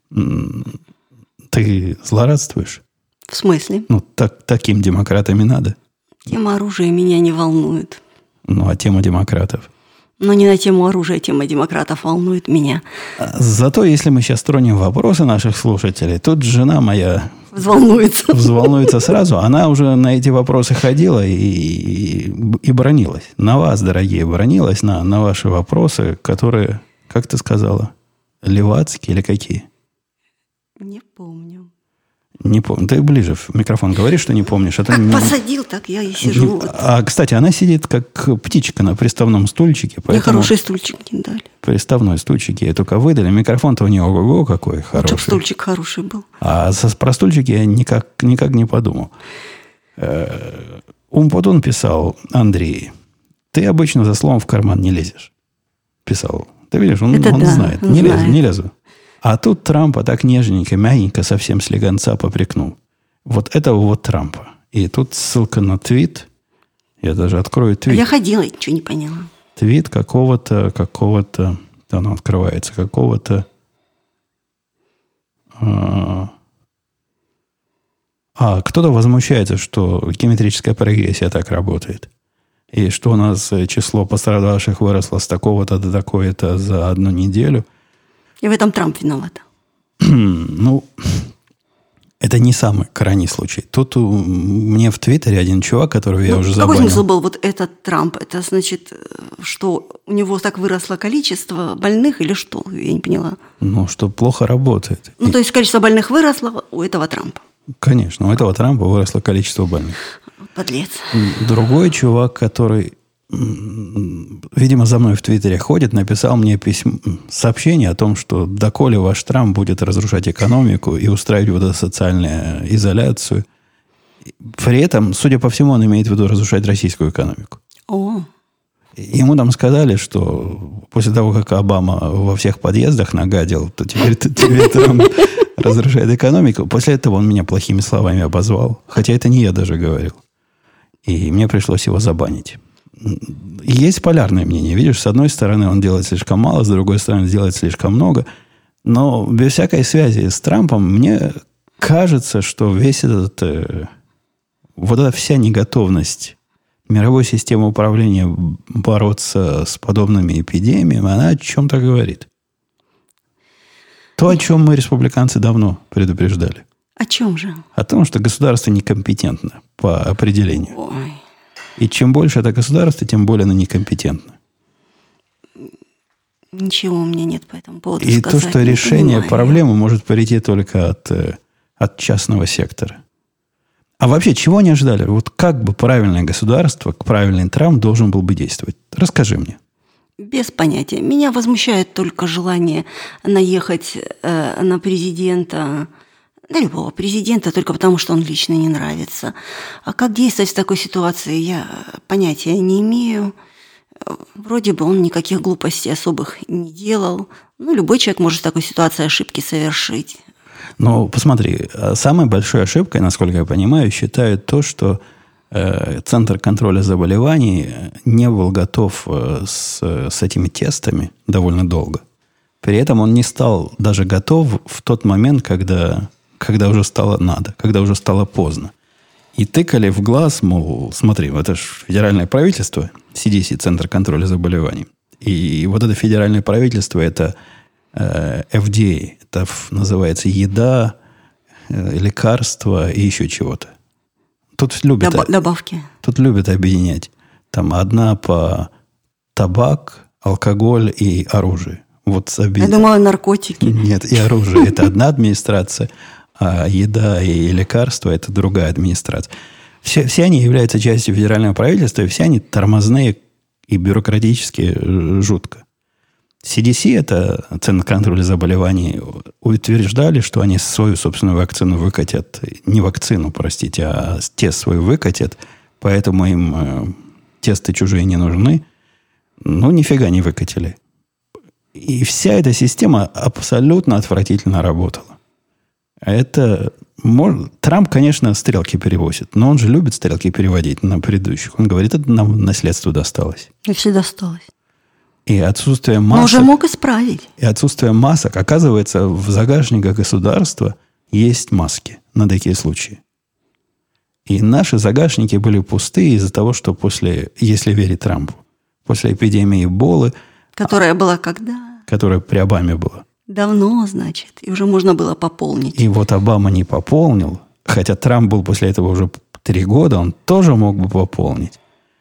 Ты злорадствуешь? В смысле? Ну, так, таким демократами надо. Тема оружия меня не волнует. Ну, а тема демократов? Но не на тему оружия, тема демократов волнует меня. Зато, если мы сейчас тронем вопросы наших слушателей, тут жена моя... Взволнуется. Взволнуется сразу. Она уже на эти вопросы ходила и, и, и бронилась. На вас, дорогие, бронилась, на, на ваши вопросы, которые, как ты сказала, левацкие или какие? Не помню. Не помню. Ты ближе в микрофон говоришь, что не помнишь. А как не... посадил, так я и сижу. Не... А, кстати, она сидит как птичка на приставном стульчике. Мне хороший стульчик не дали. Приставной стульчик ей только выдали. Микрофон-то у нее ого-го какой хороший. Чтобы стульчик хороший был. А со, про стульчик я никак, никак не подумал. Э, Умпутун писал, Андрей, ты обычно за словом в карман не лезешь. Писал. Ты видишь, он, он да, знает. Он не знает. лезу, не лезу. А тут Трампа так нежненько, мягенько, совсем слегонца попрекнул. Вот этого вот Трампа. И тут ссылка на твит. Я даже открою твит. Я ходила, ничего не поняла. Твит какого-то, какого-то... Оно открывается. Какого-то... А, а кто-то возмущается, что геометрическая прогрессия так работает. И что у нас число пострадавших выросло с такого-то до такой-то за одну неделю. И в этом Трамп виноват. Ну, это не самый крайний случай. Тут у, мне в Твиттере один чувак, которого я ну, уже какой забанил. Какой смысл был вот этот Трамп? Это значит, что у него так выросло количество больных или что? Я не поняла. Ну, что плохо работает. Ну, И, то есть количество больных выросло у этого Трампа. конечно, у этого Трампа выросло количество больных. Подлец. Другой чувак, который, видимо, за мной в Твиттере ходит, написал мне письмо, сообщение о том, что доколе ваш Трамп будет разрушать экономику и устраивать вот эту социальную изоляцию. При этом, судя по всему, он имеет в виду разрушать российскую экономику. О. Ему там сказали, что после того, как Обама во всех подъездах нагадил, то теперь, теперь Трамп разрушает экономику. После этого он меня плохими словами обозвал. Хотя это не я даже говорил. И мне пришлось его забанить. Есть полярное мнение. Видишь, с одной стороны, он делает слишком мало, с другой стороны, делает слишком много. Но без всякой связи с Трампом, мне кажется, что весь этот... Э, вот эта вся неготовность мировой системы управления бороться с подобными эпидемиями, она о чем-то говорит. То, о чем мы, республиканцы, давно предупреждали. О чем же? О том, что государство некомпетентно по определению. Ой. И чем больше это государство, тем более оно некомпетентно. Ничего у меня нет по этому поводу И сказать. то, что не решение понимаю. проблемы может прийти только от, от частного сектора. А вообще, чего они ожидали? Вот как бы правильное государство, правильный Трамп должен был бы действовать? Расскажи мне. Без понятия. Меня возмущает только желание наехать э, на президента, на любого президента, только потому, что он лично не нравится. А как действовать в такой ситуации, я понятия не имею. Вроде бы он никаких глупостей особых не делал. Ну, любой человек может в такой ситуации ошибки совершить. Но посмотри, самой большой ошибкой, насколько я понимаю, считают то, что э, Центр контроля заболеваний не был готов э, с, с этими тестами довольно долго. При этом он не стал даже готов в тот момент, когда, когда уже стало надо, когда уже стало поздно. И тыкали в глаз, мол, смотри, это же федеральное правительство, си ди си, Центр контроля заболеваний. И вот это федеральное правительство, это э, эф ди эй, это называется еда, э, лекарства и еще чего-то. Тут любят, Доб- добавки. Тут любят объединять. Там одна по табак, алкоголь и оружие. Вот объедин... Я думала, наркотики. Нет, и оружие. Это одна администрация, а еда и лекарства – это другая администрация. Все, все они являются частью федерального правительства, и все они тормозные и бюрократические жутко. си ди си, это Центр контроля заболеваний, утверждали, что они свою собственную вакцину выкатят. Не вакцину, простите, а тест свой выкатят, поэтому им э, тесты чужие не нужны. Ну, нифига не выкатили. И вся эта система абсолютно отвратительно работала. Это... Может, Трамп, конечно, стрелки перевозит, но он же любит стрелки переводить на предыдущих. Он говорит, это нам наследство досталось. И все досталось. И отсутствие масок... Но уже мог исправить. И отсутствие масок. Оказывается, в загашниках государства есть маски на такие случаи. И наши загашники были пустые из-за того, что после, если верить Трампу, после эпидемии Эболы... Которая была когда? Которая при Обаме была. Давно, значит. И уже можно было пополнить. И вот Обама не пополнил, хотя Трамп был после этого уже три года, он тоже мог бы пополнить.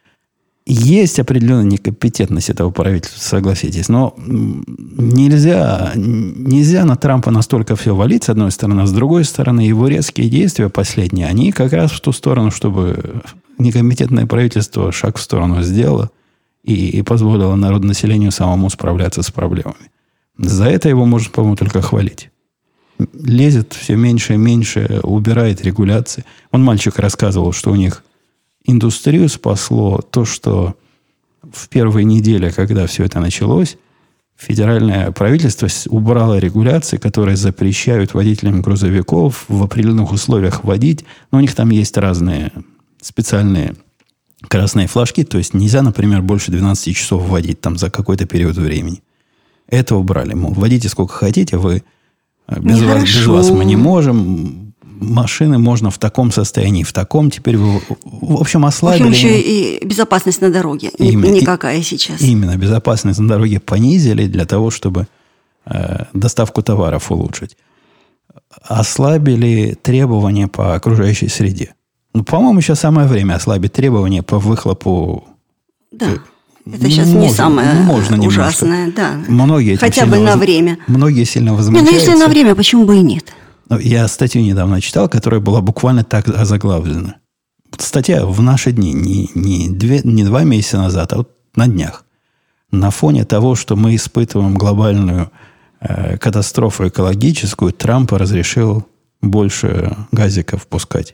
Есть определенная некомпетентность этого правительства, согласитесь. Но нельзя, нельзя на Трампа настолько все валить, с одной стороны. А с другой стороны, его резкие действия последние, они как раз в ту сторону, чтобы некомпетентное правительство шаг в сторону сделало и, и позволило народонаселению самому справляться с проблемами. За это его можно, по-моему, только хвалить. Лезет все меньше и меньше, убирает регуляции. Он, мальчик, рассказывал, что у них индустрию спасло то, что в первые недели, когда все это началось, федеральное правительство убрало регуляции, которые запрещают водителям грузовиков в определенных условиях водить. Но у них там есть разные специальные красные флажки. То есть нельзя, например, больше двенадцати часов водить там за какой-то период времени. Это убрали. Мол, водите сколько хотите, вы без вас, без вас мы не можем. Машины можно в таком состоянии, в таком. Теперь вы, в общем, ослабили. В общем, еще и безопасность на дороге. Именно, никакая сейчас. Именно. Безопасность на дороге понизили для того, чтобы э, доставку товаров улучшить. Ослабили требования по окружающей среде. Ну, по-моему, сейчас самое время ослабить требования по выхлопу. Да. Это сейчас можно, не самое можно ужасное, да. Многие хотя бы на воз... время. Многие сильно возмущаются. Не, ну если на время, почему бы и нет? Я статью недавно читал, которая была буквально так озаглавлена. Статья в наши дни, не, не, две, не два месяца назад, а вот на днях. На фоне того, что мы испытываем глобальную э, катастрофу экологическую, Трамп разрешил больше газиков пускать.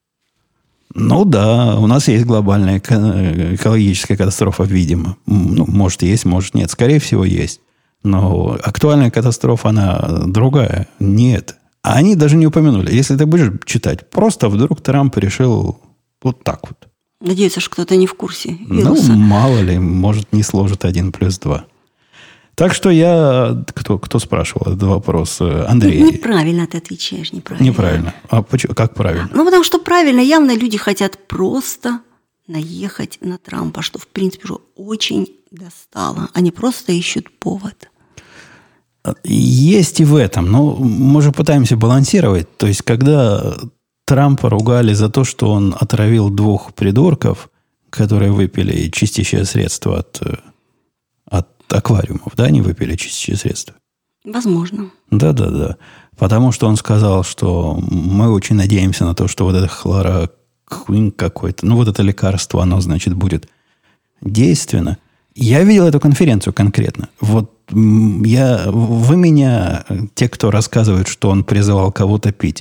Ну да, у нас есть глобальная экологическая катастрофа, видимо. Ну, может, есть, может, нет. Скорее всего, есть. Но актуальная катастрофа, она другая. Нет. А они даже не упомянули. Если ты будешь читать, просто вдруг Трамп решил вот так вот. Надеюсь, что кто-то не в курсе вируса. Ну, мало ли, может, не сложит один плюс два. Так что я... Кто, кто спрашивал этот вопрос? Андрей. Неправильно ты отвечаешь, неправильно. Неправильно. А почему, как правильно? Ну, потому что правильно, явно люди хотят просто наехать на Трампа, что, в принципе, уже очень достало. Они просто ищут повод. Есть и в этом. Но мы же пытаемся балансировать. То есть, когда Трампа ругали за то, что он отравил двух придурков, которые выпили чистящее средство от... от аквариумов, да, они выпили чистящее средство? Возможно. Да-да-да. Потому что он сказал, что мы очень надеемся на то, что вот это хлороквин какой-то, ну, вот это лекарство, оно, значит, будет действенно. Я видел эту конференцию конкретно. Вот я, вы меня, те, кто рассказывают, что он призывал кого-то пить,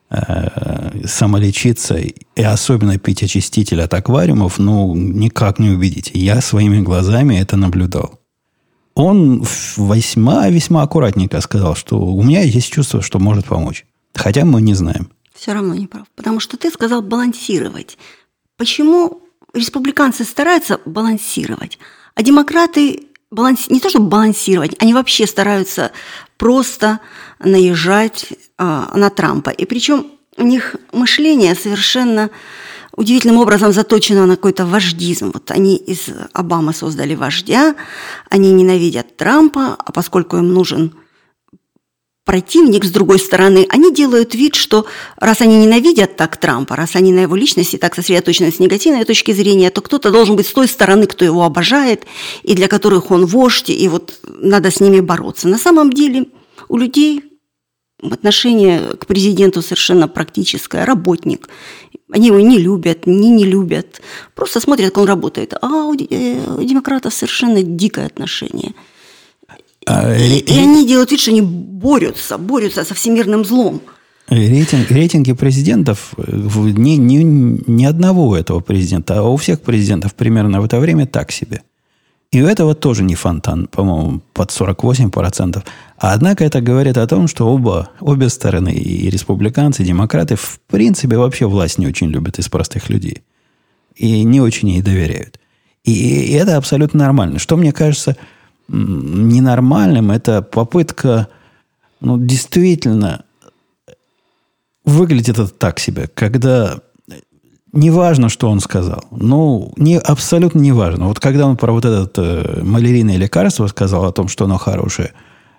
э, самолечиться и особенно пить очиститель от аквариумов, ну, никак не убедите. Я своими глазами это наблюдал. Он весьма-весьма аккуратненько сказал, что у меня есть чувство, что может помочь. Хотя мы не знаем. Все равно не прав. Потому что ты сказал балансировать. Почему республиканцы стараются балансировать, а демократы баланс... не то чтобы балансировать, они вообще стараются просто наезжать а, на Трампа. И причем у них мышление совершенно удивительным образом заточено на какой-то вождизм. Вот они из Обамы создали вождя, они ненавидят Трампа, а поскольку им нужен противник с другой стороны, они делают вид, что раз они ненавидят так Трампа, раз они на его личности так сосредоточены с негативной точки зрения, то кто-то должен быть с той стороны, кто его обожает, и для которых он вождь, и вот надо с ними бороться. На самом деле у людей отношение к президенту совершенно практическое, работник. Они его не любят, не не любят. Просто смотрят, как он работает. А у демократов совершенно дикое отношение. А, и, и они делают вид, что они борются, борются со всемирным злом. Рейтинг, рейтинги президентов, ни, ни, ни одного этого президента, а у всех президентов примерно в это время так себе. И у этого тоже не фонтан, по-моему, под сорок восемь процентов. А однако это говорит о том, что оба, обе стороны, и республиканцы, и демократы, в принципе, вообще власть не очень любят из простых людей. И не очень ей доверяют. И, и это абсолютно нормально. Что мне кажется ненормальным, это попытка, ну, действительно, выглядит это так себе, когда... Неважно, что он сказал. Ну, не, абсолютно неважно. Вот когда он про вот это э, малярийное лекарство сказал о том, что оно хорошее,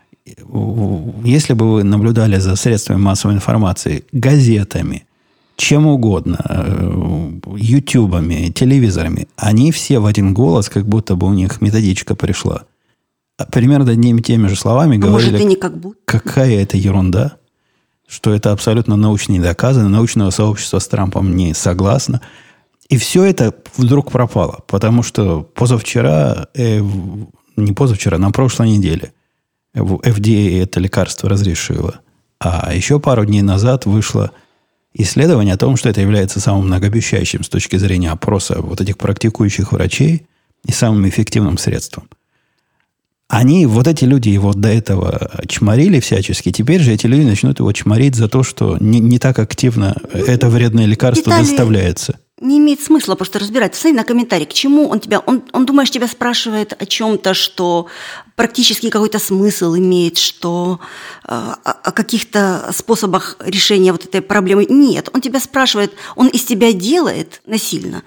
если бы вы наблюдали за средствами массовой информации, газетами, чем угодно, э, ютубами, телевизорами, они все в один голос, как будто бы у них методичка пришла. Примерно одними теми же словами а говорили, может, и не как будто. Какая это ерунда. Что это абсолютно научно не доказано, научного сообщества с Трампом не согласно. И все это вдруг пропало, потому что позавчера, э, не позавчера, на прошлой неделе эф ди эй это лекарство разрешило. А еще пару дней назад вышло исследование о том, что это является самым многообещающим с точки зрения опроса вот этих практикующих врачей и самым эффективным средством. Они, вот эти люди его до этого чморили всячески. Теперь же эти люди начнут его чморить за то, что не, не так активно это вредное лекарство Детали доставляется. Не имеет смысла просто разбирать. Смотри на комментарий, к чему он тебя... Он, он думаешь, тебя спрашивает о чем-то, что практически какой-то смысл имеет, что э, о каких-то способах решения вот этой проблемы. Нет, он тебя спрашивает, он из тебя делает насильно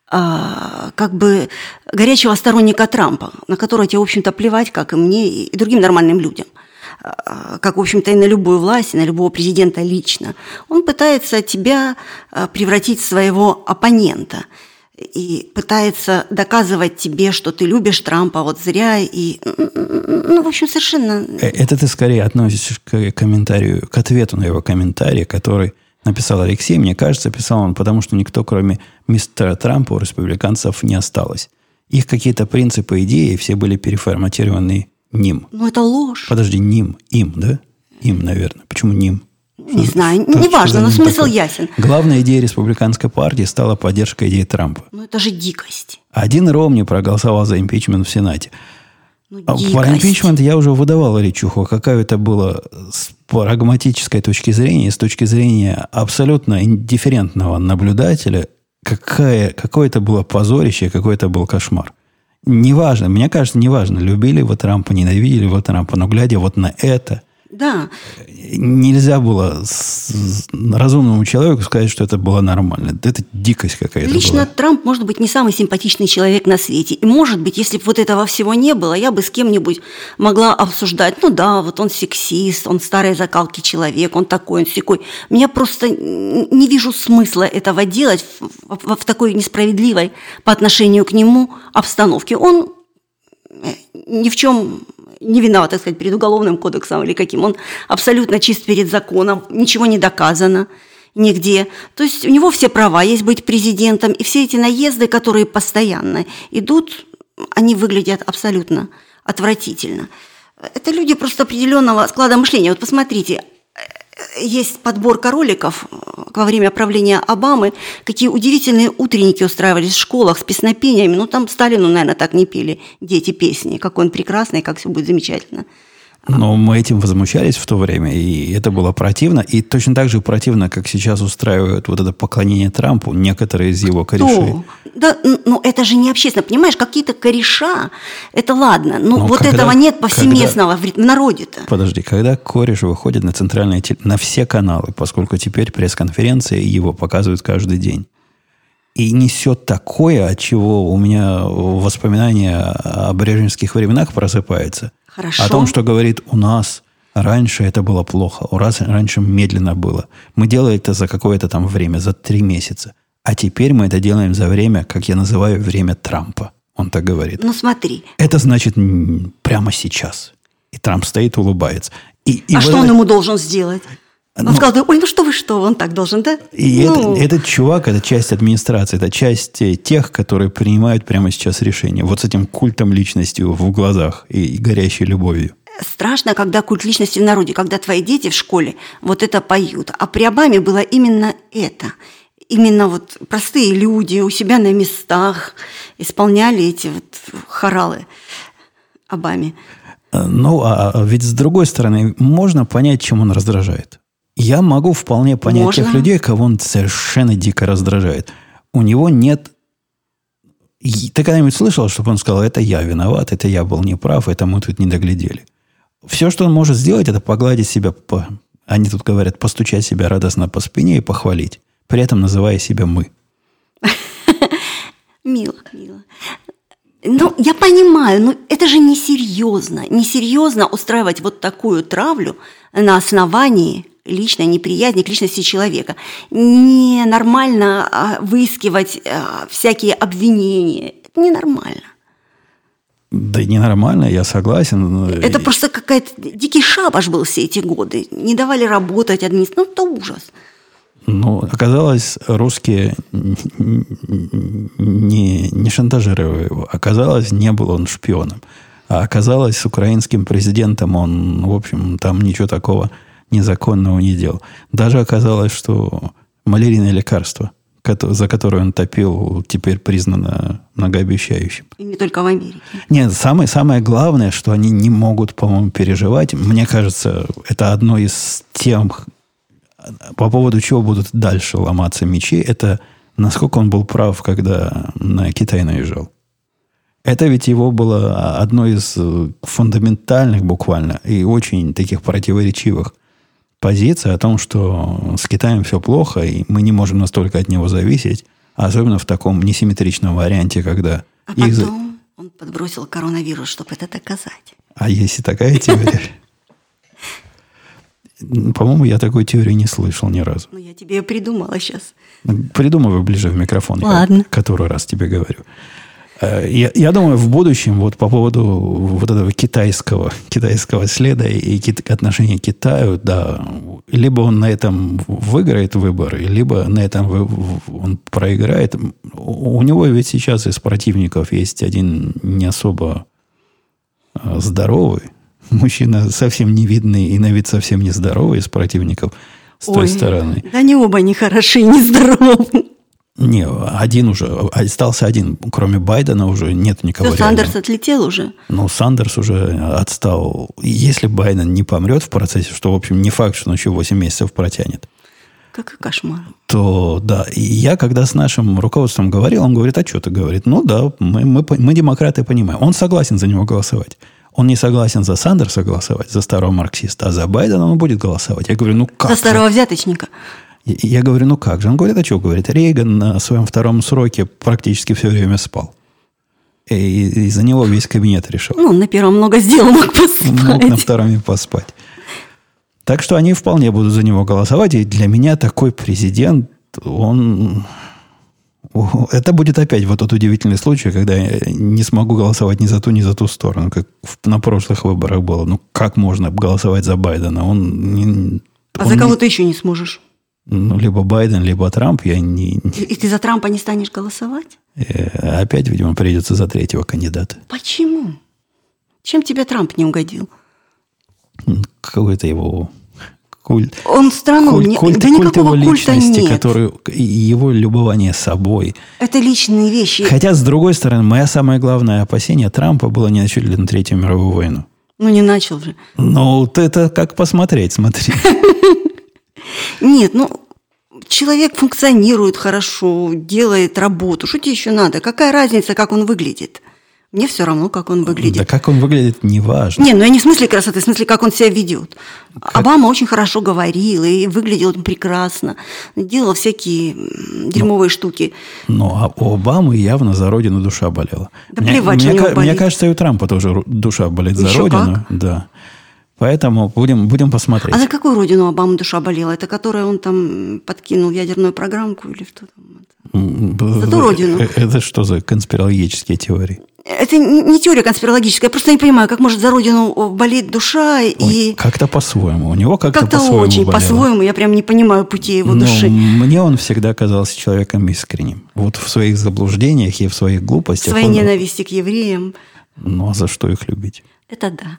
как бы горячего сторонника Трампа, на которого тебе, в общем-то, плевать, как и мне, и другим нормальным людям, как, в общем-то, и на любую власть, и на любого президента лично. Он пытается тебя превратить в своего оппонента и пытается доказывать тебе, что ты любишь Трампа вот зря, и, ну, в общем, совершенно... Это ты скорее относишься к комментарию, к ответу на его комментарий, который... написал Алексей, мне кажется, писал он, потому что никто, кроме мистера Трампа, у республиканцев не осталось. Их какие-то принципы, идеи все были переформатированы ним. Ну, это ложь. Подожди, ним, им, да? Им, наверное. Почему ним? Не что, знаю, что, неважно, но смысл такое? ясен. Главная идея республиканской партии стала поддержка идеи Трампа. Ну, это же дикость. Один Ромни проголосовал за импичмент в Сенате. Ну, а про импичмент я уже выдавал речуху, какая это была прагматической точки зрения, с точки зрения абсолютно индифферентного наблюдателя, какая, какое это было позорище, какой это был кошмар. Неважно, мне кажется, неважно, любили вы Трампа, ненавидели вы Трампа, но глядя вот на это, да. Нельзя было с, с, разумному человеку сказать, что это было нормально. Это дикость какая-то Лично была. Трамп, может быть, не самый симпатичный человек на свете. И, может быть, если бы вот этого всего не было, я бы с кем-нибудь могла обсуждать. Ну да, вот он сексист, он старой закалки человек, он такой, он сякой. Я просто не вижу смысла этого делать в, в, в такой несправедливой по отношению к нему обстановке. Он ни в чем не виноват, так сказать, перед уголовным кодексом или каким. Он абсолютно чист перед законом, ничего не доказано нигде. То есть у него все права есть быть президентом, и все эти наезды, которые постоянно идут, они выглядят абсолютно отвратительно. Это люди просто определенного склада мышления. Вот посмотрите, есть подборка роликов во время правления Обамы, какие удивительные утренники устраивались в школах с песнопениями. Ну, там Сталину, наверное, так не пели дети песни, какой он прекрасный, как все будет замечательно. Но мы этим возмущались в то время, и это было противно. И точно так же противно, как сейчас устраивают вот это поклонение Трампу некоторые из его корешей. Да, но это же не общественно. Понимаешь, какие-то кореша, это ладно. Но, но вот когда, этого нет повсеместного когда, в народе-то. Подожди, когда кореш выходит на центральные, на все каналы, поскольку теперь пресс-конференции его показывают каждый день, и несет такое, от чего у меня воспоминания о брежневских временах просыпаются. Хорошо. О том, что говорит, у нас раньше это было плохо, у нас раньше медленно было. Мы делали это за какое-то там время, за три месяца. А теперь мы это делаем за время, как я называю, время Трампа. Он так говорит. Ну смотри. Это значит прямо сейчас. И Трамп стоит, улыбается. И, и а вот что это... он ему должен сделать? Он ну, сказал, ой, ну что вы, что, он так должен, да? И ну. это, этот чувак, это часть администрации, это часть тех, которые принимают прямо сейчас решения. Вот с этим культом личности в глазах и, и горящей любовью. Страшно, когда культ личности в народе, когда твои дети в школе вот это поют. А при Обаме было именно это. Именно вот простые люди у себя на местах исполняли эти вот хоралы Обаме. Ну, а ведь с другой стороны, можно понять, чем он раздражает. Я могу вполне понять Можно. тех людей, кого он совершенно дико раздражает. У него нет... Ты когда-нибудь слышал, чтобы он сказал, это я виноват, это я был неправ, это мы тут не доглядели. Все, что он может сделать, это погладить себя, по... они тут говорят, постучать себя радостно по спине и похвалить, при этом называя себя «мы». Мило, мило. Ну, я понимаю, но это же несерьезно. Несерьезно устраивать вот такую травлю на основании личной неприязни к личности человека. Ненормально выискивать всякие обвинения. Это ненормально. Да ненормально, я согласен. Это просто какой-то дикий шабаш был все эти годы. Не давали работать администрации. Ну, это ужас. Ну, оказалось, русские не, не шантажировали его. Оказалось, не был он шпионом. А оказалось, с украинским президентом он, в общем, там ничего такого незаконного не делал. Даже оказалось, что малярийное лекарство, за которое он топил, теперь признано многообещающим. И не только в Америке. Нет, самое, самое главное, что они не могут, по-моему, переживать. Мне кажется, это одно из тем, по поводу чего будут дальше ломаться мечи, это насколько он был прав, когда на Китай наезжал. Это ведь его было одно из фундаментальных буквально и очень таких противоречивых позиций о том, что с Китаем все плохо, и мы не можем настолько от него зависеть, особенно в таком несимметричном варианте, когда... А их... потом он подбросил коронавирус, чтобы это доказать. А есть и такая теория? По-моему, я такой теории не слышал ни разу. Ну, я тебе ее придумала сейчас. Придумывай ближе в микрофон. Ладно. Я который раз тебе говорю. Я, я думаю, в будущем вот по поводу вот этого китайского, китайского следа и кит, отношения к Китаю, да, либо он на этом выиграет выборы, либо на этом вы, он проиграет. У, у него ведь сейчас из противников есть один не особо здоровый, мужчина совсем не видный и на вид совсем не здоровый из противников с той Ой, стороны. Да они оба не хороши, не здоровы. Не, один уже, остался один. Кроме Байдена уже нет никого Все, реального. Сандерс отлетел уже. Ну, Сандерс уже отстал. Если Байден не помрет в процессе, что, в общем, не факт, что он еще восемь месяцев протянет, Какой кошмар. то да. И я, когда с нашим руководством говорил, он говорит, а что ты? Говорит, ну да, мы, мы, мы демократы понимаем. Он согласен за него голосовать. Он не согласен за Сандерса голосовать, за старого марксиста, а за Байдена он будет голосовать. Я говорю, ну как За же? старого взяточника. Я, я говорю, ну как же? Он говорит, а что? Говорит, Рейган на своем втором сроке практически все время спал. И из-за него весь кабинет решил. Ну, он на первом много сделал, мог поспать. Мог на втором и поспать. Так что они вполне будут за него голосовать. И для меня такой президент, он... Это будет опять вот тот удивительный случай, когда я не смогу голосовать ни за ту, ни за ту сторону, как на прошлых выборах было. Ну, как можно голосовать за Байдена? Он не, А он за кого не, ты еще не сможешь? Ну, либо Байден, либо Трамп. Я не, не, И ты за Трампа не станешь голосовать? э, опять, видимо, придется за третьего кандидата. Почему? Чем тебе Трамп не угодил? Какой-то его... Культ, Он страну... культ, не- культ, да культ никакого его культа личности, нет. который, и его любование собой. Это личные вещи. Хотя, с другой стороны, мое самое главное опасение Трампа было не начать ли на Третью мировую войну. Ну, не начал же. Ну, вот это как посмотреть, смотри. Нет, ну, человек функционирует хорошо, делает работу. Что тебе еще надо? Какая разница, как он выглядит? Мне все равно, как он выглядит. Да как он выглядит, не важно. Не, ну я не в смысле красоты, в смысле, как он себя ведет. Как... Обама очень хорошо говорил и выглядел прекрасно. Делал всякие дерьмовые ну, штуки. Ну, а у Обамы явно за родину душа болела. Да мне, плевать, мне, у него мне болит. кажется, и у Трампа тоже душа болит за Еще родину. как? Да. Поэтому будем, будем посмотреть. А за какую родину Обама душа болела? Это которая он там подкинул ядерную программку или что там? За ту родину. Это что за конспирологические теории? Это не теория конспирологическая. Я просто не понимаю, как может за родину болеть душа. Ой, и как-то по-своему. У него как-то, как-то по-своему очень болело. по-своему. Я прям не понимаю пути его Но души. мне он всегда казался человеком искренним. Вот в своих заблуждениях и в своих глупостях. Своей он... ненависти к евреям. Ну, а за что их любить? Это да.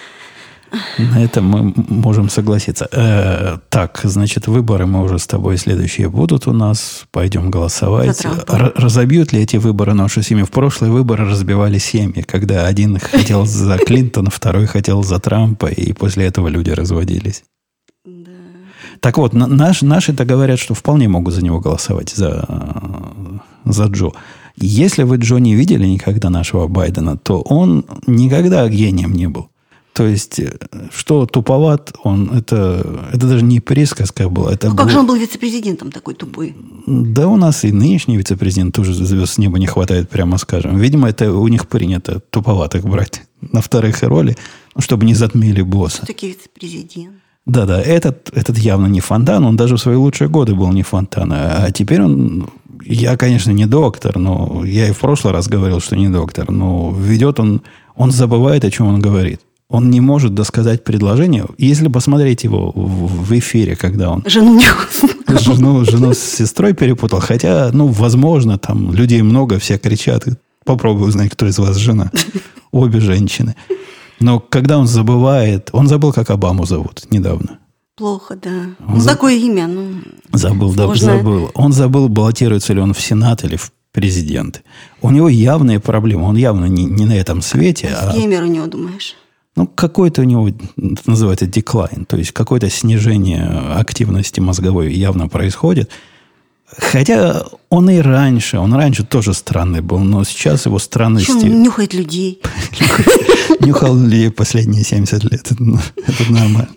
На это мы можем согласиться. Э, так, значит, выборы мы уже с тобой следующие будут у нас. Пойдем голосовать. Р- разобьют ли эти выборы нашу семью? В прошлые выборы разбивали семьи, когда один хотел за Клинтона, второй хотел за Трампа, и после этого люди разводились. Да. Так вот, наш, наши-то говорят, что вполне могут за него голосовать, за, за Джо. Если вы Джо не видели никогда, нашего Байдена, то он никогда гением не был. То есть, что туповат он, это, это даже не присказка была. Это Ну, как был... же он был вице-президентом такой тупой? Да у нас и нынешний вице-президент тоже звезд с неба не хватает, прямо скажем. Видимо, это у них принято туповатых брать на вторых роли, чтобы не затмили босса. Все-таки вице-президент. Да-да, этот, этот явно не фонтан, он даже в свои лучшие годы был не фонтан. А теперь он, я, конечно, не доктор, но я и в прошлый раз говорил, что не доктор, но ведет он, он забывает, о чем он говорит. Он не может досказать предложение. Если посмотреть его в, в эфире, когда он... Жену не жену, жену с сестрой перепутал. Хотя, ну, возможно, там людей много, все кричат. Попробуй узнать, кто из вас жена. Обе женщины. Но когда он забывает... Он забыл, как Обаму зовут недавно. Плохо, да. Он Ну, за- такое имя, ну... Забыл, да, сложное. забыл. Он забыл, баллотируется ли он в Сенат или в президенты. У него явные проблемы. Он явно не, не на этом свете. А, Геймер у него, думаешь? ну, какой-то у него, это называется, деклайн. То есть, какое-то снижение активности мозговой явно происходит. Хотя он и раньше, он раньше тоже странный был, но сейчас его Еще странности... он нюхает людей. Нюхал ли последние семьдесят лет? Это, это нормально.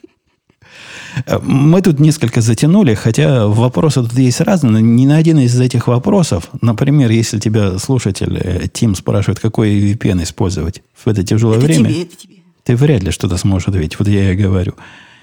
Мы тут несколько затянули, хотя вопросы тут есть разные, но ни на один из этих вопросов, например, если тебя слушатель э, Тим спрашивает, какой ви пи эн использовать в это тяжелое Это время, тебе, это тебе. ты вряд ли что-то сможешь ответить. Вот я и говорю.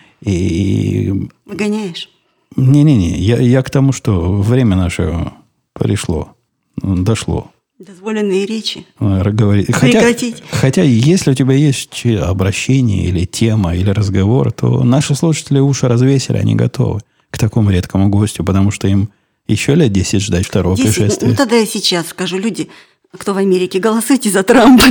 И Выгоняешь? не-не-не, я, я к тому, что время наше пришло, дошло. Дозволенные речи. Э, говорить. Хотя, Прекратить. хотя, если у тебя есть чи- обращение или тема, или разговор, то наши слушатели уши развесили, они готовы к такому редкому гостю, потому что им еще лет десять ждать второго Десять- пришествия. Ну, тогда я сейчас скажу. Люди, кто в Америке, голосуйте за Трампа.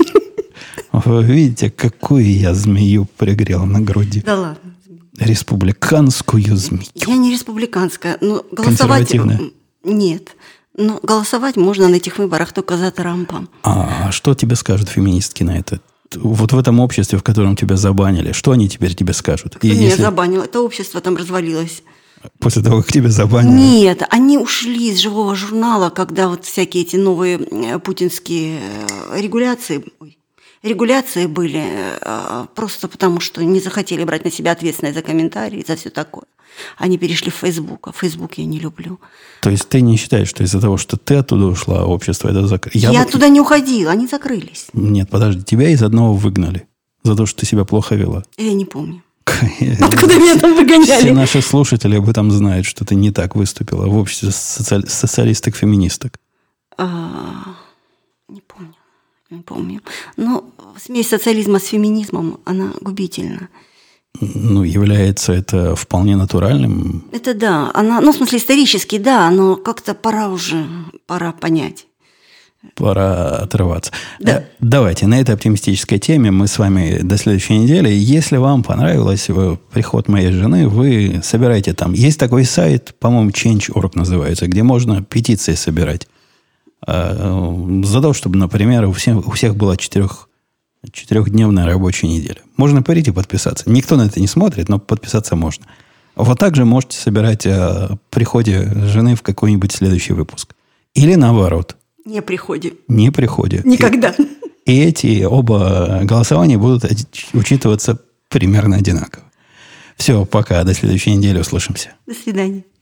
Вы видите, какую я змею пригрел на груди. Да ладно. Республиканскую змею. Я не республиканская, но голосовать... Консервативная. Нет. Но голосовать можно на этих выборах только за Трампа. А что тебе скажут феминистки на это? Вот в этом обществе, в котором тебя забанили, что они теперь тебе скажут? Кто И меня если... забанил? Это общество там развалилось. После того, как тебя забанили? Нет, они ушли из живого журнала, когда вот всякие эти новые путинские регуляции, регуляции были, просто потому что не захотели брать на себя ответственность за комментарии, за все такое. Они перешли в Facebook, а Facebook я не люблю. То есть ты не считаешь, что из-за того, что ты оттуда ушла, общество это закрылось? Я, я бы... оттуда не уходила, они закрылись. Нет, подожди, тебя из одного выгнали за то, что ты себя плохо вела. Я не помню. Откуда меня там выгоняли? Все наши слушатели об этом знают, что ты не так выступила в обществе соци... социалисток-феминисток. А, не помню, не помню. Но смесь социализма с феминизмом, она губительна. Ну, является это вполне натуральным. Это да. Она, ну, в смысле, исторически, да, но как-то пора уже, пора понять. Пора отрываться. Да. Давайте, на этой оптимистической теме мы с вами до следующей недели. Если вам понравилось приход моей жены, вы собираете там. Есть такой сайт, по-моему, ченч точка орг называется, где можно петиции собирать. За то, чтобы, например, у всех, у всех была четырех, четырехдневная рабочая неделя. Можно прийти подписаться. Никто на это не смотрит, но подписаться можно. Вот так же можете собирать о приходе жены в какой-нибудь следующий выпуск. Или наоборот. Не приходи. Не приходи. Никогда. И, и эти оба голосования будут учитываться примерно одинаково. Все, пока. До следующей недели услышимся. До свидания.